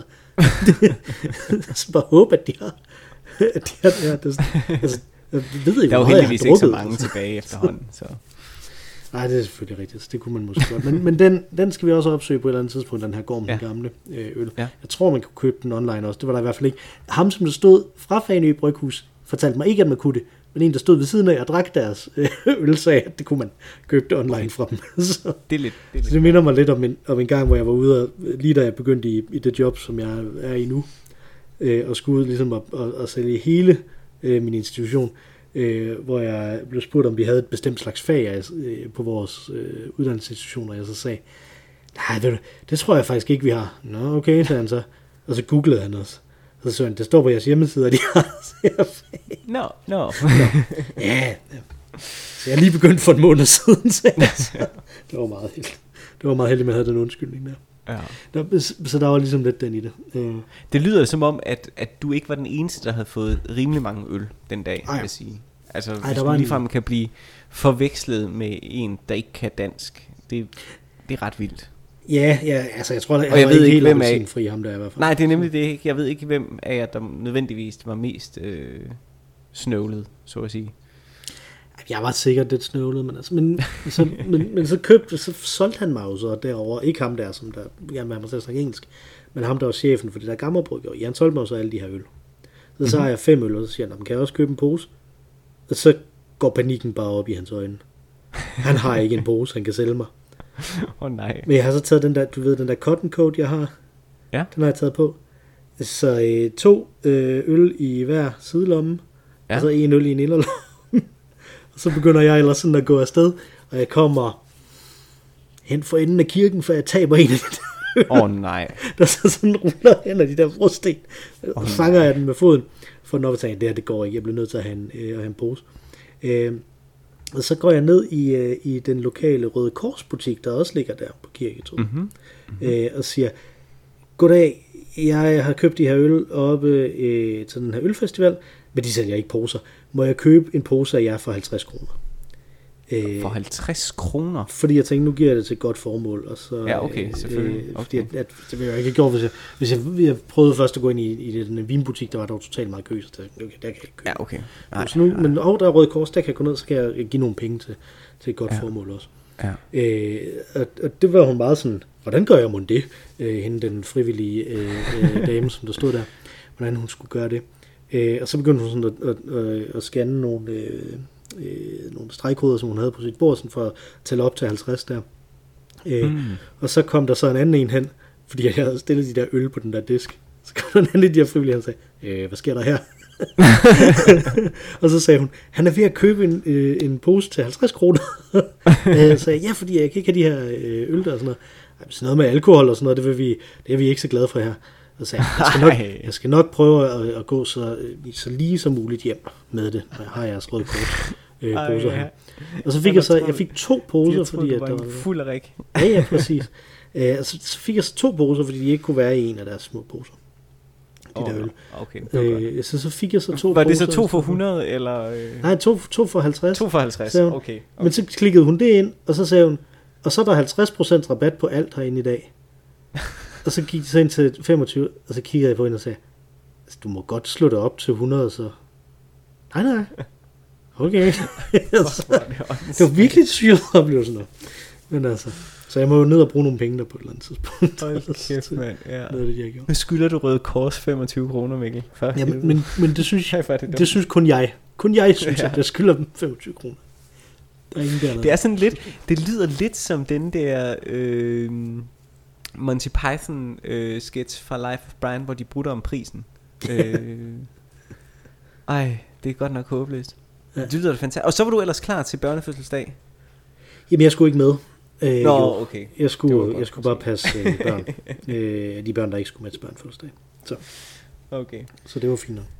Så bare håbe, at de har, at de har det her. Det sådan, altså, jeg ved ikke, der er jo heldigvis ikke så mange tilbage efterhånden, så. Nej, det er selvfølgelig rigtigt, så det kunne man måske godt. Men, men den, den skal vi også opsøge på et eller andet tidspunkt, den her Gorm den Gamle øh, øl. Ja. Jeg tror, man kunne købe den online også, det var der i hvert fald ikke. Ham, som der stod fra Fanø Bryghus, fortalte mig ikke, at man kunne det, men en, der stod ved siden af og drak deres øl, sagde, at det kunne man købe det online fra dem. så, det, er lidt, det, er lidt så det minder mig lidt om en, om en gang, hvor jeg var ude, og, lige da jeg begyndte i, i det job, som jeg er i nu, øh, og skulle ud ligesom at, at, at sælge hele øh, min institution, øh, hvor jeg blev spurgt, om vi havde et bestemt slags fag øh, på vores øh, uddannelsesinstitutioner, og jeg så sagde, nej, det, det tror jeg faktisk ikke, vi har. Nå, okay, sagde han så. Og så googlede han også. Så sagde han, det står på jeres hjemmeside, at de har fag. Nå, no, no. no. Ja, så jeg er lige begyndt for en måned siden, så det var meget heldigt. Det var meget heldigt, at jeg havde den undskyldning der. Ja. Der, så der var ligesom lidt den i det. Det lyder som om, at, at du ikke var den eneste, der havde fået rimelig mange øl den dag, Ej. vil jeg sige. Altså, Ej, hvis man ligefrem en... kan blive forvekslet med en, der ikke kan dansk, det, det er ret vildt. Ja, ja, altså jeg tror, jeg, og jeg ved ikke, ikke hvem af fri ham der i hvert fald. Nej, det er nemlig det ikke. Jeg ved ikke, hvem af jer, der nødvendigvis var mest øh, snøvlet, så at sige. Jeg var sikkert lidt snøvlet, men altså, men, så, men, men så købte, så solgte han mig jo så derovre, ikke ham der, som der gerne vil have mig til at snakke engelsk, men ham der var chefen for det der gamle bryggeri. Han solgte mig jo så alle de her øl. Så mm-hmm. så har jeg fem øl, og så siger han, kan jeg også købe en pose? Og så går panikken bare op i hans øjne. Han har ikke en pose, han kan sælge mig. Åh oh, nej. Men jeg har så taget den der, du ved, den der cotton coat, jeg har. Ja. Den har jeg taget på. Så øh, to øh, øl i hver sidelomme, ja. Og så en øl i en inderlomme. Og så begynder jeg ellers sådan at gå afsted, og jeg kommer hen for enden af kirken, for jeg taber en af de der øl. Åh oh, nej. Der så sådan ruller hen af de der brosten, og oh, fanger jeg den med foden, for når vi tænker, det her det går ikke, jeg bliver nødt til at have en, øh, at have en pose. Øh, Og så går jeg ned i, øh, i den lokale Røde Kors butik, der også ligger der på Kirketorv, mm-hmm. mm-hmm. øh, og siger, goddag, jeg har købt de her øl oppe øh, til den her ølfestival, men de sælger ikke poser. Må jeg købe en pose af jer for halvtreds kroner? Øh, For halvtreds kroner? Fordi jeg tænkte, nu giver jeg det til et godt formål. Og så, ja, okay, selvfølgelig. Okay. Øh, fordi at, at, det ville jeg ikke have gjort, hvis jeg, hvis jeg, jeg prøvede først at gå ind i, i den vinbutik, der var dog totalt meget kø, så der, okay, der kan jeg ikke købe. Ja, okay. Nej, så nu, nej. Men og der er Røde Kors, der kan jeg gå ned, så kan jeg give nogle penge til, til et godt ja. formål også. Ja. Øh, og, og det var hun meget sådan, hvordan gør jeg mon det? Øh, hende, den frivillige øh, øh, dame, som der stod der, hvordan hun skulle gøre det. Øh, og så begyndte hun sådan at, at, at, at scanne nogle, øh, øh, nogle stregkoder, som hun havde på sit bord, sådan for at tælle op til halvtreds der. Øh, mm. Og så kom der så en anden en hen, fordi jeg havde stillet de der øl på den der disk. Så kom der en anden af de der frivillige, og sagde, øh, hvad sker der her? Og så sagde hun, han er ved at købe en, øh, en pose til halvtreds kroner. Så sagde ja, fordi jeg kan ikke have de her øh, øl der og sådan noget. Sådan noget med alkohol og sådan noget, det, vil vi, det er vi ikke så glade for her. Og så sagde jeg, jeg skal nok, jeg skal nok prøve at, at gå så, så lige som muligt hjem med det, når jeg har jeres Røde Kors øh, poser her. Og så fik jeg så, jeg fik to poser, fordi at der var fuld af rig. Ja, ja, præcis. Øh, og så, så fik jeg så to poser, fordi de ikke kunne være i en af deres små poser. De oh, der øl. Okay, øh, så, så fik jeg så to Var poser. det så to for hundrede, eller? Øh... Nej, to, to for halvtreds. To for halvtreds, okay, okay. Men så klikkede hun det ind, og så sagde hun, og så er der halvtreds procent rabat på alt herinde i dag. Og så gik de så ind til femogtyve, og så kiggede jeg på hende og sagde, altså, du må godt slå det op til hundrede, så... Nej, nej. Okay. Altså, det var virkelig et syret oplevelse nu. Men altså... Så jeg må jo ned og bruge nogle penge der på et eller andet tidspunkt. Hold kæft, mand. Ja. Noget af det, jeg gjorde. Nu skylder du Røde Kors femogtyve kroner, Mikkel. Ja, men, men, men det synes jeg, det, det synes kun jeg. Kun jeg synes, ja. At jeg skylder dem femogtyve kroner. Der er ingen der. Det er sådan lidt, det lyder lidt som den der øh, Monty Python øh, sketch fra Life of Brian, hvor de brutter om prisen. øh, ej, det er godt nok håbløst. Ja. Det lyder fantastisk. Og så var du ellers klar til børnefødselsdag? Jamen, jeg skulle ikke med. Øh, Nå, jo, okay. Jeg skulle, jeg skulle bare passe øh, børn. øh, de børn, der ikke skulle med til børnefødselsdag. Så. Okay. Så det var fint nok.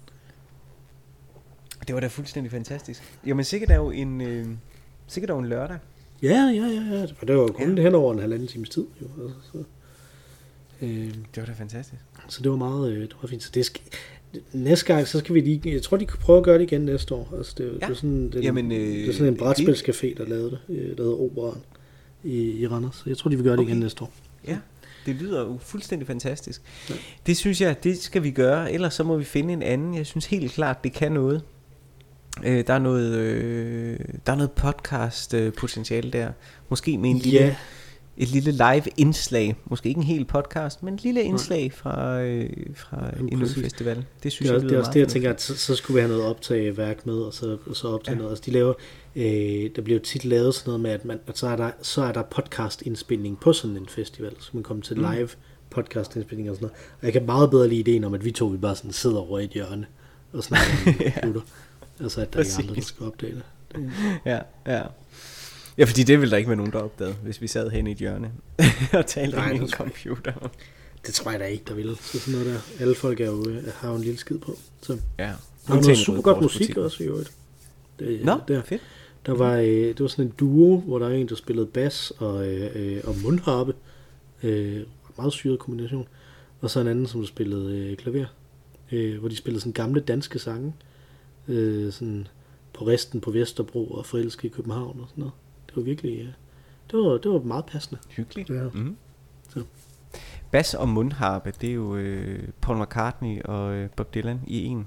Det var da fuldstændig fantastisk. Jamen sikkert er jo en, øh, sikkert er jo en lørdag. Ja, ja, ja. ja. Det var jo kun ja. hen over en halvanden times tid. Jo. Altså, så, øh, det var da fantastisk. Så det var meget, øh, det var fint. Så det skal, næste gang, så skal vi lige, jeg tror, de kan prøve at gøre det igen næste år. Altså, det, ja. det, er sådan, det, Jamen, øh, det er sådan en brætspilscafé, der lavede det, der hedder Operaen i, i Randers. Jeg tror, de vil gøre det okay. igen næste år. Ja, det lyder jo fuldstændig fantastisk. Ja. Det synes jeg, det skal vi gøre. Ellers så må vi finde en anden. Jeg synes helt klart, det kan noget. Øh, der er noget, øh, der er noget podcast øh, potentiale der. Måske med en lille, yeah. et lille live indslag. Måske ikke en hel podcast, men et lille indslag fra, øh, fra en ølfestival. Det synes det er, jeg lyder det er også meget det, jeg tænker, at så, så skulle vi have noget optageværk med, og så, og så optage ja. noget. Altså, de laver, øh, der bliver jo tit lavet sådan noget med, at, man, at så, er der, så er der podcastindspilning på sådan en festival, så man kommer til live mm. podcastindspilning og sådan noget. Og jeg kan meget bedre lide ideen om, at vi to vi bare sådan sidder over i et hjørne og snakker om computer. Altså, at der er andre, der skal opdage det. det. Ja, ja. Ja, fordi det ville der ikke være nogen, der opdagede, hvis vi sad hen i et hjørne og talte ind i en computer. Det tror jeg da ikke, der ville. Så sådan noget der. Alle folk er jo, har jo en lille skid på. Så. Ja. Der var noget super godt musik butikken. Også i øvrigt. Det, Nå, der. fedt. Der var, øh, det var sådan en duo, hvor der var en, der spillede bas og, øh, og mundharpe. Øh, meget syret kombination. Og så en anden, som spillede øh, klaver. Øh, hvor de spillede sådan gamle danske sange. Øh, sådan på resten på Vesterbro og Forelske i København og sådan noget. Det var virkelig, ja. det var, det var meget passende. Hyggeligt. Ja. Mm. Så. Bas og mundharpe, det er jo øh, Paul McCartney og øh, Bob Dylan i en.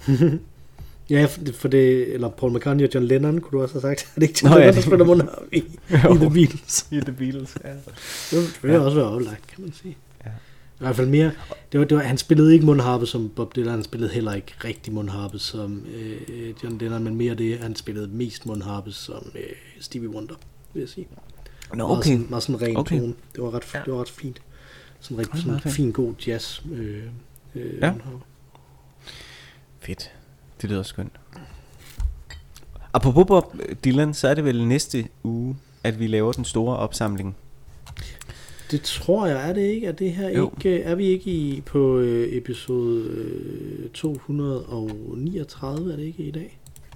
Ja, for det, eller Paul McCartney og John Lennon, kunne du også have sagt. Er det ikke John Lennon, ja, der spiller mundharpe i, i The Beatles? I The Beatles, ja. Det ville ja. også være oplagt, kan man sige. Ja. I hvert fald mere, det var, det var, han spillede ikke mundharpe som Bob Dylan, han spillede heller ikke rigtig mundharpe som øh, John Lennon, men mere det, han spillede mest mundharpe som øh, Stevie Wonder, vil jeg sige. Nå, okay. Meget sådan, meget sådan ren okay. tone. Det var ret, ja. det var ret fint. Sådan rigtig sådan okay. fin, god jazz. Øh, øh, ja. Fedt. Det lyder skønt. Apropos Bob Dylan, så er det vel næste uge, at vi laver den store opsamling. Det tror jeg, er det ikke? Er det her jo. ikke? Er vi ikke i på øh, episode øh, to hundrede niogtredive? Er det ikke i dag?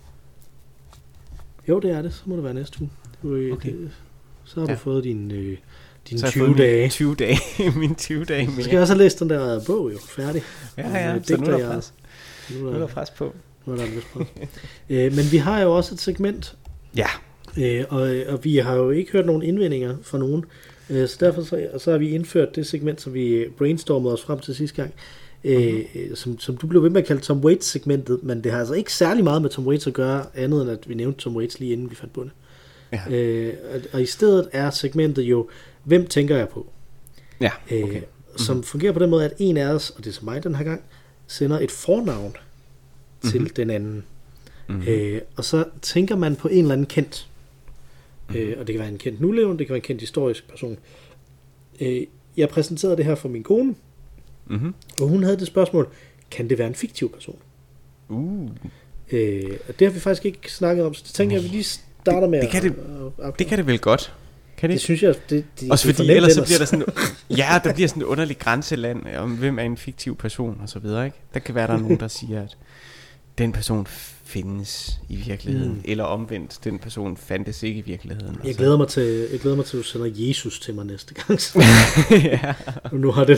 Jo, det er det. Så må det være næste uge. Det, okay. det, så har ja. du fået din øh, din tyve dage. tyve dage. Min tyve dage mere. Du skal også have læst den der bog jo færdig. Ja, ja. Så nu er der pres. Nu er der pres på. Nu er der pres på. øh, men vi har jo også et segment. Ja. Øh, og, og vi har jo ikke hørt nogen indvendinger fra nogen, øh, så derfor så, så har vi indført det segment, som vi brainstormede os frem til sidste gang, øh, mm-hmm. som, som du blev ved med at kalde Tom Waits-segmentet, men det har altså ikke særlig meget med Tom Waits at gøre, andet end at vi nævnte Tom Waits lige inden vi fandt på det. Ja. Øh, og, og i stedet er segmentet jo, hvem tænker jeg på? Ja, okay. øh, som mm-hmm. fungerer på den måde, at en af os, og det er så mig den her gang, sender et fornavn mm-hmm. til den anden. Mm-hmm. Øh, og så tænker man på en eller anden kendt. Mm-hmm. Øh, og det kan være en kendt nulevende, det kan være en kendt historisk person. Øh, jeg præsenterede det her for min kone, mm-hmm. og hun havde det spørgsmål, kan det være en fiktiv person? Uh. Øh, og det har vi faktisk ikke snakket om, så det tænker jeg, at vi lige starter med det, det kan at, det, at, at, det kan det vel godt. Kan det? Det synes jeg, det, det også det fordi ellers så bliver der sådan, ja, der bliver sådan et underligt grænseland om hvem er en fiktiv person og så videre, ikke? Der kan være der nogen der siger at den person findes i virkeligheden mm. eller omvendt, den person fandtes ikke i virkeligheden. Jeg glæder mig til, jeg glæder mig til at du sender Jesus til mig næste gang. Ja. Og nu har det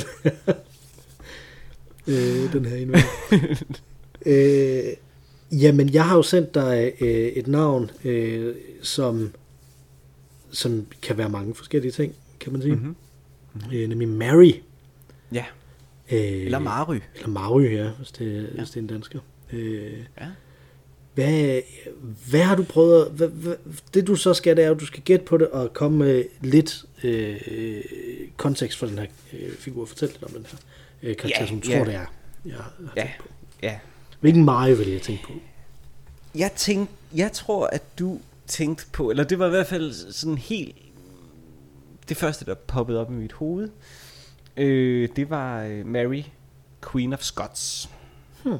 øh, den her indvendig. øh, jamen jeg har jo sendt dig øh, et navn øh, som som kan være mange forskellige ting, kan man sige. Mm-hmm. Mm-hmm. Øh, nemlig Mary. Ja. Øh, eller Mary. Eller Mary, ja, hvis det, ja. Hvis det er en dansker. Øh, ja. Hvad, hvad har du prøvet, hvad, hvad, det du så skal, det er, at du skal gætte på det, og komme med lidt øh, kontekst for den her øh, figur, og fortælle lidt om den her øh, karakter, ja, som du ja. tror, det er. Jeg har ja. tænkt på. Ja. Hvilken Mary vil jeg tænke på? Jeg tænkte, jeg tror, at du tænkte på, eller det var i hvert fald sådan helt, det første, der poppede op i mit hoved, øh, det var Mary, Queen of Scots. Hmm.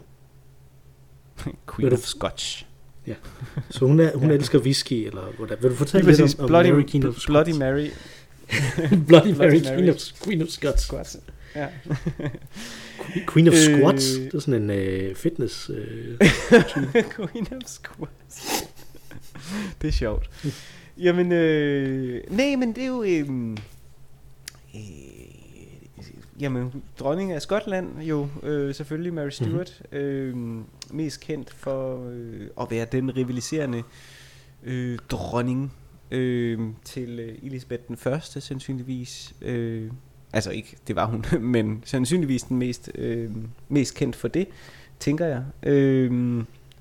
Queen of Scotch. Ja. Så hun, er, hun ja. elsker whisky, eller hvordan? Vil du fortælle lidt om, om Bloody, Mary, Queen of Scots? Bloody Mary. Bloody Mary, Queen of, Queen of Scots. Squats. Ja. Queen of Squats? Øh, det er sådan en uh, fitness uh, Queen of Squats. Det er sjovt. Jamen, øh, nej, men det er jo, øh, øh, jamen, dronning af Skotland jo, øh, selvfølgelig Mary Stuart, mm-hmm. øh, mest kendt for øh, at være den rivaliserende øh, dronning øh, til øh, Elisabeth den første, sandsynligvis. Øh, altså ikke, det var hun, men sandsynligvis den mest, øh, mest kendt for det, tænker jeg. Øh,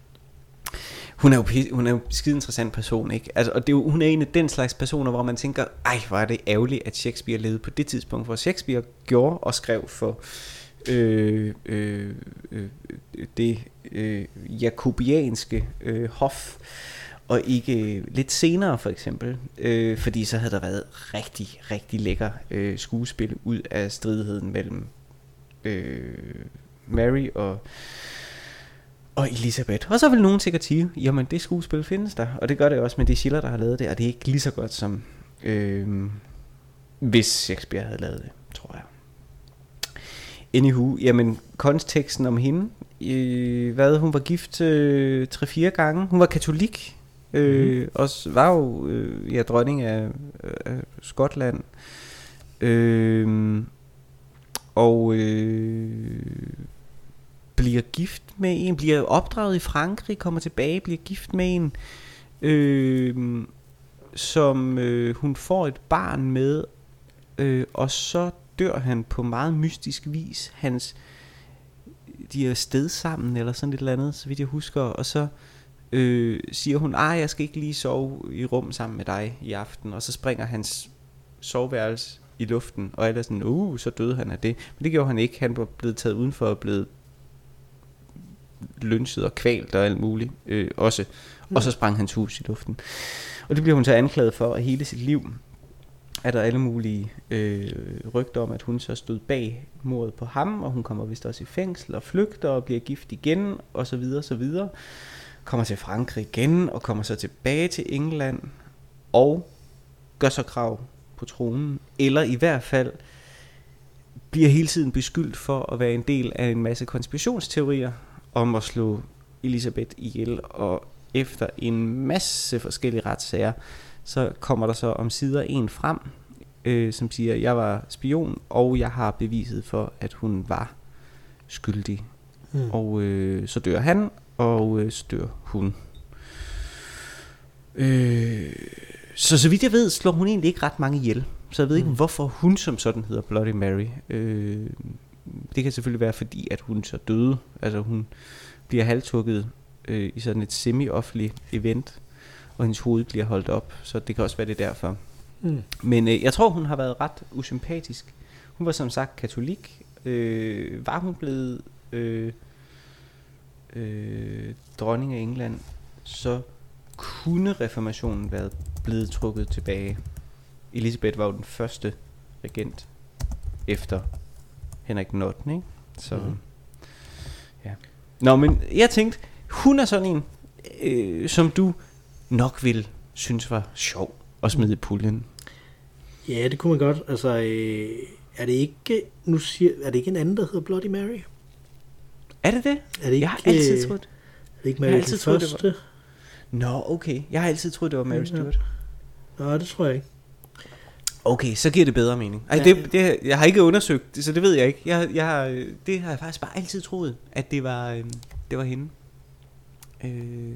Hun er jo hun er jo en skide interessant person, ikke? Altså, og det er jo, hun er en af den slags personer, hvor man tænker, ej, hvor er det ærgerligt, at Shakespeare levede på det tidspunkt, hvor Shakespeare gjorde og skrev for øh, øh, øh, det øh, jakobianske øh, hof, og ikke lidt senere for eksempel, øh, fordi så havde der været rigtig, rigtig lækker øh, skuespil ud af stridigheden mellem øh, Mary og og Elisabeth. Og så vil nogen sikkert sige, jamen det skuespil findes der, og det gør det også, men det er Schiller, der har lavet det, og det er ikke lige så godt som øh, hvis Shakespeare havde lavet det, tror jeg. Anywho, jamen konteksten om hende, øh, hvad, hun var gift øh, tre-fire gange, hun var katolik, øh, mm-hmm. og var jo øh, ja, dronning af, af Skotland, øh, og øh, bliver gift med en, bliver opdraget i Frankrig, kommer tilbage, bliver gift med en, øh, som øh, hun får et barn med, øh, og så dør han på meget mystisk vis. Hans, de er sted sammen, eller sådan et eller andet, så vidt jeg husker, og så øh, siger hun, ej, jeg skal ikke lige sove i rum sammen med dig i aften, og så springer hans soveværelse i luften, og alle er sådan, uh, så døde han af det. Men det gjorde han ikke, han var blevet taget udenfor og blevet lynchet og kvalt og alt muligt øh, også, og så sprang hans hus i luften, og det bliver hun så anklaget for, at hele sit liv er der alle mulige øh, rygter om, at hun så stod bag mordet på ham, og hun kommer vist også i fængsel og flygter og bliver gift igen og så videre, så videre, kommer til Frankrig igen og kommer så tilbage til England og gør så krav på tronen, eller i hvert fald bliver hele tiden beskyldt for at være en del af en masse konspirationsteorier om at slå Elisabeth ihjel, og efter en masse forskellige retssager, så kommer der så om sider en frem, øh, som siger, at jeg var spion, og jeg har beviset for, at hun var skyldig. Mm. Og øh, så dør han, og øh, så dør hun. Øh, så så vidt jeg ved, slår hun egentlig ikke ret mange ihjel. Så jeg ved ikke, mm. hvorfor hun som sådan hedder Bloody Mary. Øh, det kan selvfølgelig være, fordi at hun så døde. Altså hun bliver halshugget øh, i sådan et semi-offentligt event, og hendes hoved bliver holdt op. Så det kan også være det derfor. Mm. Men øh, jeg tror, hun har været ret usympatisk. Hun var som sagt katolik. Øh, var hun blevet øh, øh, dronning af England, så kunne reformationen været blevet trukket tilbage. Elisabeth var jo den første regent efter Henrik den ottende, ikke? Så mm. ja. Nå, men jeg tænkte, hun er sådan en, øh, som du nok ville synes var sjov at smide i puljen. Ja, det kunne man godt. Altså, øh, er det ikke nu siger, er det ikke en anden, der hedder Bloody Mary? Er det det? Er det ikke, jeg har altid troet. Er det ikke Mary den første? Nå, okay. Jeg har altid troet, det var Mary Stuart. Nej, det tror jeg ikke. Okay, så giver det bedre mening. Ej, ja. det, det, jeg har ikke undersøgt det, så det ved jeg ikke. Jeg, jeg har, det har jeg faktisk bare altid troet, at det var, øh, det var hende. Øh,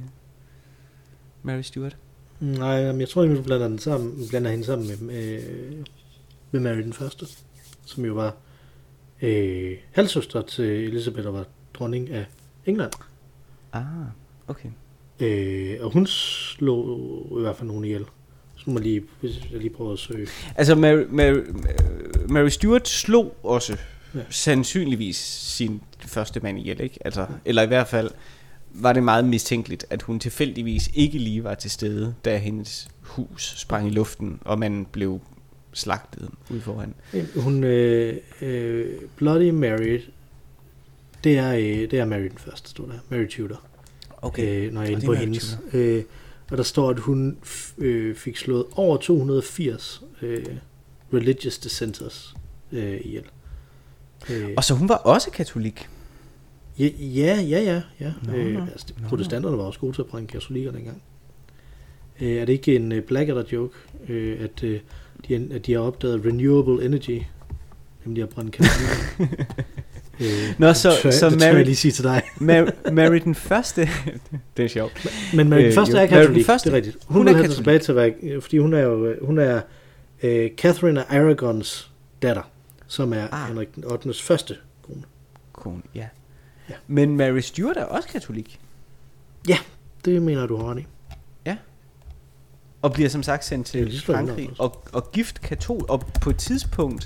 Mary Stuart. Nej, jeg tror, at du blander, den sammen, blander hende sammen med, med, med Mary den første, som jo var øh, halvsøster til Elisabeth, der var dronning af England. Ah, okay. Øh, og hun slog i hvert fald nogen ihjel. Så må man lige, hvis jeg lige prøver at søge. Altså Mary, Mary, Mary Stuart slog også ja. sandsynligvis sin første mand ihjel, ikke? Altså, eller i hvert fald var det meget mistænkeligt, at hun tilfældigvis ikke lige var til stede, da hendes hus sprang i luften, og man blev slagtet ude foran. Hun, øh, øh, Bloody Mary, det er, øh, det er Mary den første, står der. Mary Tudor. Okay. Øh, når jeg er inde på hendes. Øh, og der står, at hun f- øh, fik slået over to hundrede og firs øh, religious dissenters øh, ihjel. Øh. Og så hun var også katolik? Ja, ja, ja, ja. ja. Nå, øh, nå. altså, protestanterne var også gode til at brænde katolikker dengang. Øh, er det ikke en uh, Blackadder joke, øh, at, øh, de, at de har opdaget renewable energy, nemlig at brænde katolikker? øh, Nå, så, tør, så det Mary, tør jeg lige sige til dig. Mary, Mary den første, det er sjovt. Men Mary den første øh, er katolik, første, det er rigtigt. Hun, hun er katolik. tilbage til at være, fordi hun er jo, hun er øh, Catherine af Aragons datter, som er ah. Henrik den ottendes første kone. Kone, ja. ja. Men Mary Stuart er også katolik? Ja, det mener du har i. Ja. Og bliver som sagt sendt til Frankrig og, og gift katol, og på et tidspunkt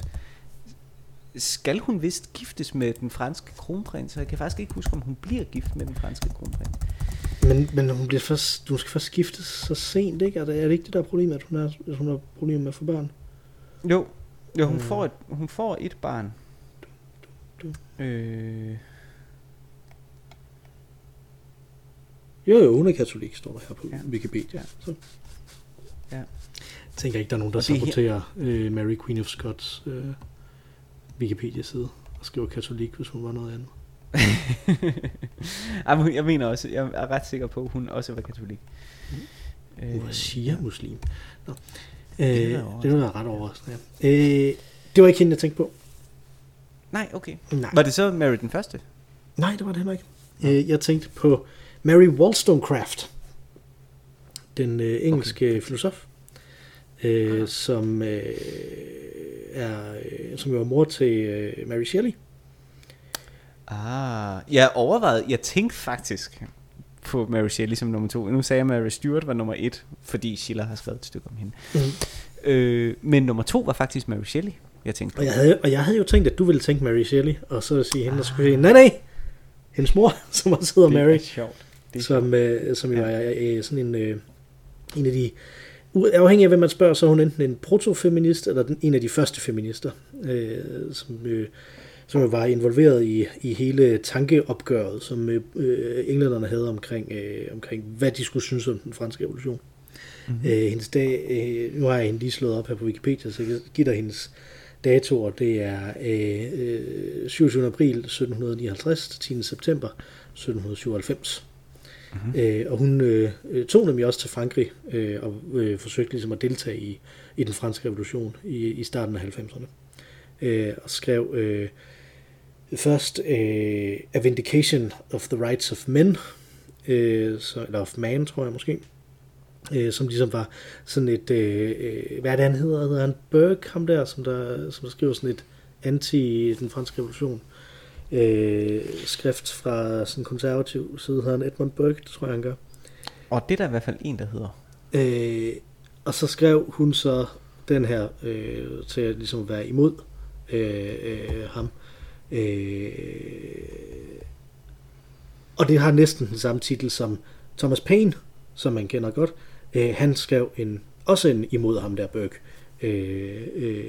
skal hun vist giftes med den franske kronprins, så jeg kan faktisk ikke huske, om hun bliver gift med den franske kronprins. Men, men hun, bliver først, hun skal først giftes så sent, ikke? Er det, er det ikke det der problem, at hun, er, at hun har problemer med at få børn? Jo, jo hun, mm. får et, hun får et barn. Du, du. Øh... Jo, jo, hun er katolik, står der her på ja. Wikipedia. Så. Ja. Jeg tænker ikke, der er nogen, der saboterer øh, Mary Queen of Scots øh, Wikipedia-side og skriver katolik, hvis hun var noget andet. Jeg mener også, jeg er ret sikker på, at hun også var katolik. Mm. Hun var shia-muslim. Nå. Øh, det var ret overraskende. Ja. Øh, det var ikke hende, jeg tænkte på. Nej, okay. Nej. Var det så Mary den første? Nej, det var det heller ikke. Øh, jeg tænkte på Mary Wollstonecraft, den øh, engelske okay. filosof, øh, ah. som øh, er øh, som jo er mor til øh, Mary Shelley. Ah, jeg overvejede, jeg tænkte faktisk på Mary Shelley som nummer to. Nu sagde jeg, at Mary Stuart var nummer et, fordi Schiller har skrevet et stykke om hende. Mm. Øh, men nummer to var faktisk Mary Shelley, jeg tænkte på. Og jeg havde, og jeg havde jo tænkt, at du ville tænke Mary Shelley, og så sige hende, ah. og så sige, nej, nej, hendes mor, som også hedder Mary. Det er sjovt. Det er som, øh, som jo ja. er øh, sådan en, øh, en af de, afhængig af hvem man spørger, så er hun enten en protofeminist, eller den, en af de første feminister, øh, som, øh, som jo var involveret i, i hele tankeopgøret, som øh, englænderne havde omkring, øh, omkring, hvad de skulle synes om den franske revolution. Mm-hmm. Øh, hendes dag, øh, nu har jeg hende lige slået op her på Wikipedia, så jeg giver dig hendes datoer. Det er øh, syvogtyvende april sytten nioghalvtreds til tiende september sytten syvoghalvfems. Mm-hmm. Øh, og hun øh, tog nemlig også til Frankrig øh, og øh, forsøgte ligesom at deltage i, i den franske revolution i, i starten af halvfemserne. Øh, og skrev øh, først øh, A Vindication of the Rights of Men, øh, så, eller of Man, tror jeg måske, øh, som ligesom var sådan et, øh, hvad er det han hedder, hedder han Burke, ham der, som der, som der skriver sådan et anti den franske revolution øh, skrift fra sådan en konservativ side, hedder han Edmund Burke, det tror jeg han gør. Og det er der i hvert fald en, der hedder. Øh, og så skrev hun så den her øh, til at ligesom være imod øh, øh, ham. Øh, og det har næsten den samme titel som Thomas Paine, som man kender godt. Øh, han skrev en, også en imod ham der Burke, øh, øh,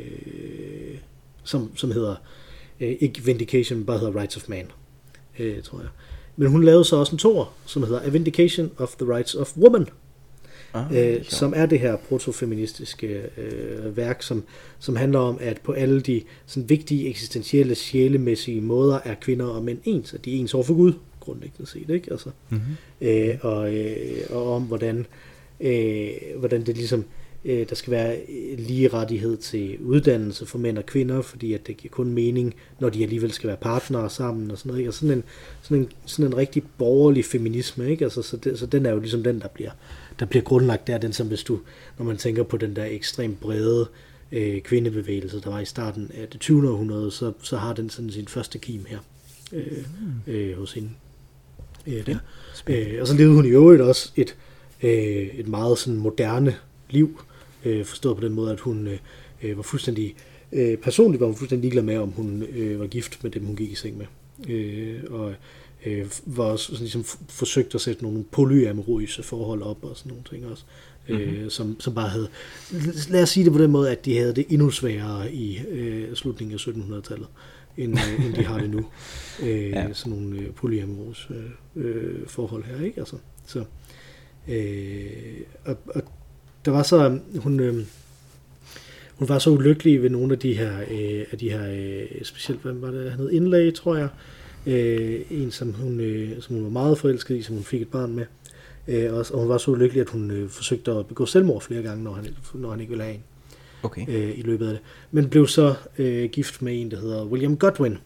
som, som hedder øh, ikke Vindication, bare hedder Rights of Man, øh, tror jeg. Men hun lavede så også en toer, som hedder A Vindication of the Rights of Woman, ah, øh, som er det her protofeministiske øh, værk, som, som handler om, at på alle de sådan, vigtige eksistentielle, sjælemæssige måder er kvinder og mænd ens, at de er ens over for Gud, grundlæggende set, ikke? Altså, mm-hmm. øh, og, øh, og om hvordan, øh, hvordan det ligesom øh, der skal være lige rettighed til uddannelse for mænd og kvinder, fordi at det giver kun mening, når de alligevel skal være partnere sammen og sådan noget, ikke? Og sådan en, sådan en, sådan en rigtig borgerlig feminisme, ikke? Altså, så, det, så den er jo ligesom den, der bliver, der bliver grundlagt der, den som hvis du, når man tænker på den der ekstremt brede øh, kvindebevægelse, der var i starten af det tyvende århundrede, så, så har den sådan sin første kim her øh, øh, hos hende. Øh, der. Øh, og så levede hun i øvrigt også et, øh, et meget sådan moderne liv, øh, forstået på den måde, at hun øh, var fuldstændig, øh, personligt var hun fuldstændig ligeglad med, om hun øh, var gift med dem, hun gik i seng med. Øh, og øh, var også sådan, ligesom forsøgt at sætte nogle polyamorøse forhold op og sådan nogle ting også, mm-hmm. øh, som, som bare havde, lad os sige det på den måde, at de havde det endnu sværere i øh, slutningen af syttenhundredetallet. End, øh, end de har det nu. Øh, ja. Sådan nogle øh, polyamorøse øh, forhold her, ikke? Altså, så, øh, og, og der var så, hun, øh, hun var så ulykkelig ved nogle af de her, øh, af de her øh, specielt, hvad var det, han hed Inlay, tror jeg, øh, en som hun, øh, som hun var meget forelsket i, som hun fik et barn med, øh, og, og hun var så ulykkelig, at hun øh, forsøgte at begå selvmord flere gange, når han, når han ikke ville have en. Okay. Øh, i løbet af det. Men blev så øh, gift med en, der hedder William Godwin,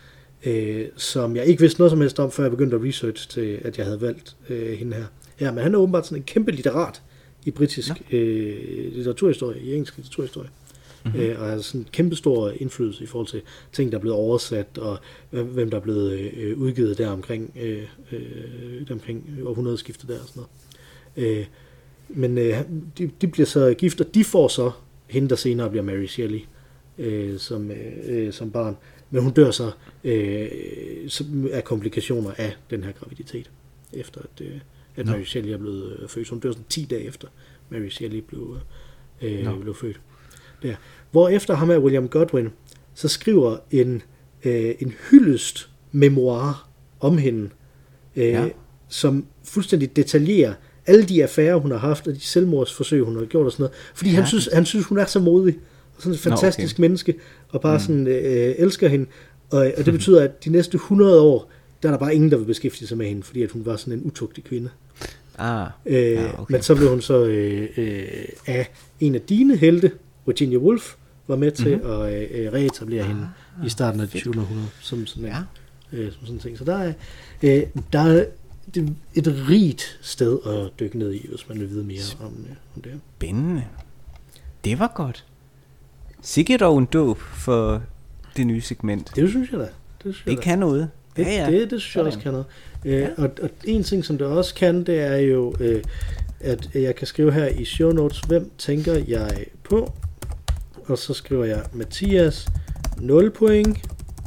øh, som jeg ikke vidste noget som helst om, før jeg begyndte at research til, at jeg havde valgt øh, hende her. Ja, men han er åbenbart sådan en kæmpe litterat i britisk øh, litteraturhistorie, i engelsk litteraturhistorie. Mm-hmm. Øh, og har sådan en kæmpe stor indflydelse i forhold til ting, der er blevet oversat, og hvem der er blevet øh, udgivet der omkring, øh, øh, omkring århundredeskiftet der og sådan noget. Øh, men øh, de, de bliver så gift, og de får så hende, der senere bliver Mary Shelley øh, som, øh, som barn. Men hun dør så øh, af komplikationer af den her graviditet, efter at, øh, at no. Mary Shelley er blevet øh, født. Hun dør sådan ti dage efter, Mary Shelley blev, øh, no. blev født. Der. Hvorefter ham af William Godwin så skriver en, øh, en hyldest memoir om hende, øh, ja. som fuldstændig detaljerer alle de affærer, hun har haft, og de selvmordsforsøg, hun har gjort og sådan noget. Fordi ja. han, synes, han synes, hun er så modig, og sådan et fantastisk Nå, okay. menneske, og bare mm. sådan øh, elsker hende. Og, og det betyder, at de næste hundrede år, der er der bare ingen, der vil beskæftige sig med hende, fordi at hun var sådan en utugtig kvinde. Ah, øh, ja, okay. Men så blev hun så øh, øh, af en af dine helte, Virginia Woolf, var med til mm-hmm. at øh, reetablere ah, hende ah, i starten af det tyvende århundrede, som sådan en, ja. øh, som sådan en ting. Så der er, øh, der er det er et rigt sted at dykke ned i, hvis man vil vide mere om, om det her. Spændende. Det var godt. Sikkert dog en dåb for det nye segment. Det synes jeg da. Det, synes jeg det kan noget. Det, ja, ja. det, det synes jeg også kan noget. Ja. Øh, og, og en ting, som det også kan, det er jo, øh, at jeg kan skrive her i show notes, hvem tænker jeg på? Og så skriver jeg Mathias nul point,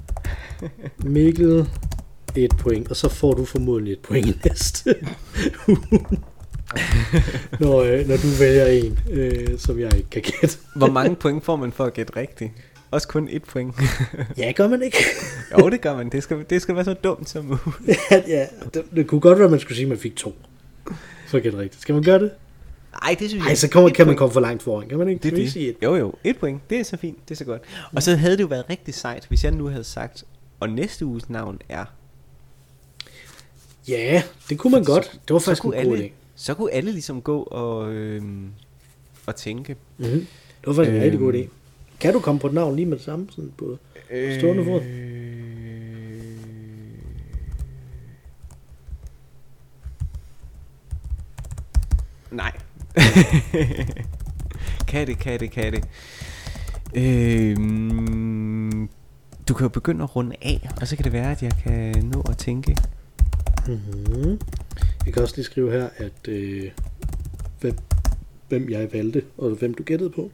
Mikkel et point, og så får du formodentlig et point i næste når, øh, når du vælger en, øh, som jeg ikke kan gætte. Hvor mange point får man for at gætte rigtigt? Også kun et point. Ja, gør man ikke? Jo, det gør man. Det skal, det skal være så dumt som muligt. ja, ja det, det kunne godt være, at man skulle sige, at man fik to. Så gætte rigtigt. Skal man gøre det? Nej, det synes jeg. Ej, så kommer, kan man komme for langt foran. Kan man ikke? Det, det. Sige et? Jo, jo. Et point. Det er så fint. Det er så godt. Og så havde det jo været rigtig sejt, hvis jeg nu havde sagt, og næste uges navn er... Ja, det kunne man så, godt. Det var faktisk en god idé. Så kunne alle ligesom gå og, øh, og tænke. Mm-hmm. Det var faktisk en rigtig god idé. Kan du komme på et navn lige med det samme, sådan på stående fod? Øh... Nej, Kan det, kan det, kan det. Øhm, du kan jo begynde at runde af, og så kan det være, at jeg kan nå at tænke. Mm-hmm. Jeg kan også lige skrive her, at øh, hvem, hvem jeg valgte, og hvem du gættede på.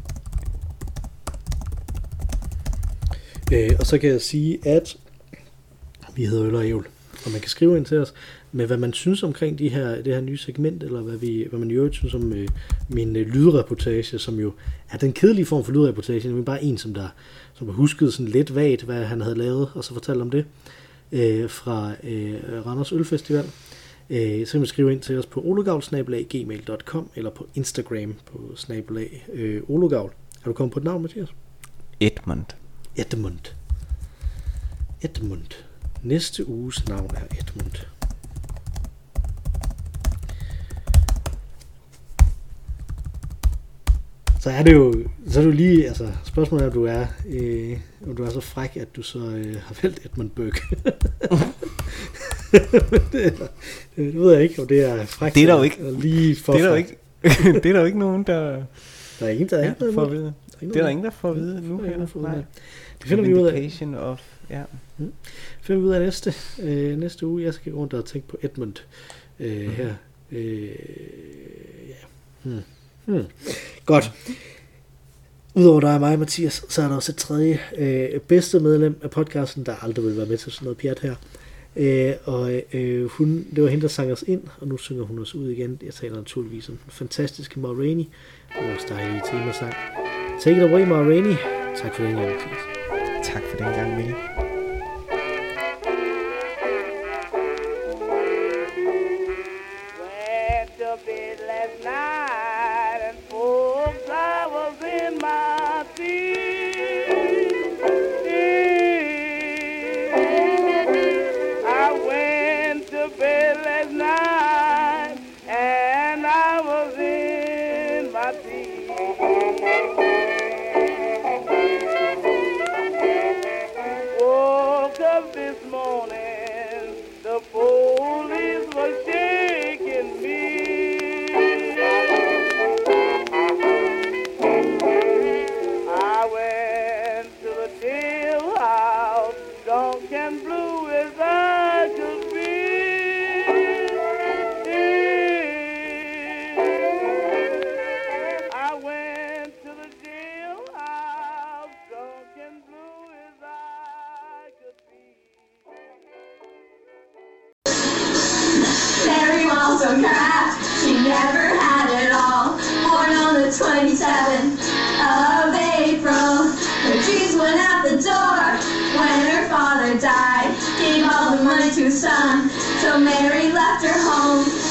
Øh, og så kan jeg sige, at vi hedder Øl og Ævl, og man kan skrive ind til os med, hvad man synes omkring de her, det her nye segment, eller hvad, vi, hvad man i øvrigt synes om øh, min øh, lydreportage, som jo er den kedelige form for lydreportage, men bare en, som der som har husket sådan lidt vagt, hvad han havde lavet, og så fortalt om det øh, fra øh, Randers Ølfestival. Øh, så kan man skrive ind til os på ologavl snabel-a gmail punktum com eller på Instagram på snabel-a øh, ologavl. Er du kommet på et navn, Mathias? Edmund. Edmund. Edmund. Næste uges navn er Edmund. Så er det jo, så er det jo lige, altså spørgsmålet er, om du er, øh, om du er så fræk, at du så øh, har valgt Edmund Burke. det, det ved jeg ikke, om det er fræk. Det er der jo ikke. Lige for det er der jo ikke. Det er der jo ikke nogen, der... Der er ingen, der er ja, ikke får at vide. Det er der ingen, der får at vide nu. Her. Nej. Det finder vi ud af. Of, ja. Mm. Finder vi ud af næste, øh, næste uge. Jeg skal gå rundt og tænke på Edmund øh, mm. her. Øh, ja. Hmm. Hmm. Godt. Udover dig og mig, Mathias, så er der også et tredje øh, bedste medlem af podcasten, der aldrig vil være med til sådan noget pjat her. Øh, og øh, hun, det var hende, der sang os ind, og nu synger hun os ud igen. Jeg taler naturligvis om den fantastiske Ma Rainey, og vores dejlige temasang. Take it away, Ma Rainey. Tak for den gang, Mathias. Tak for den gang, Mille. twenty-seventh of April, her dreams went out the door when her father died. Gave all the money to his son, so Mary left her home.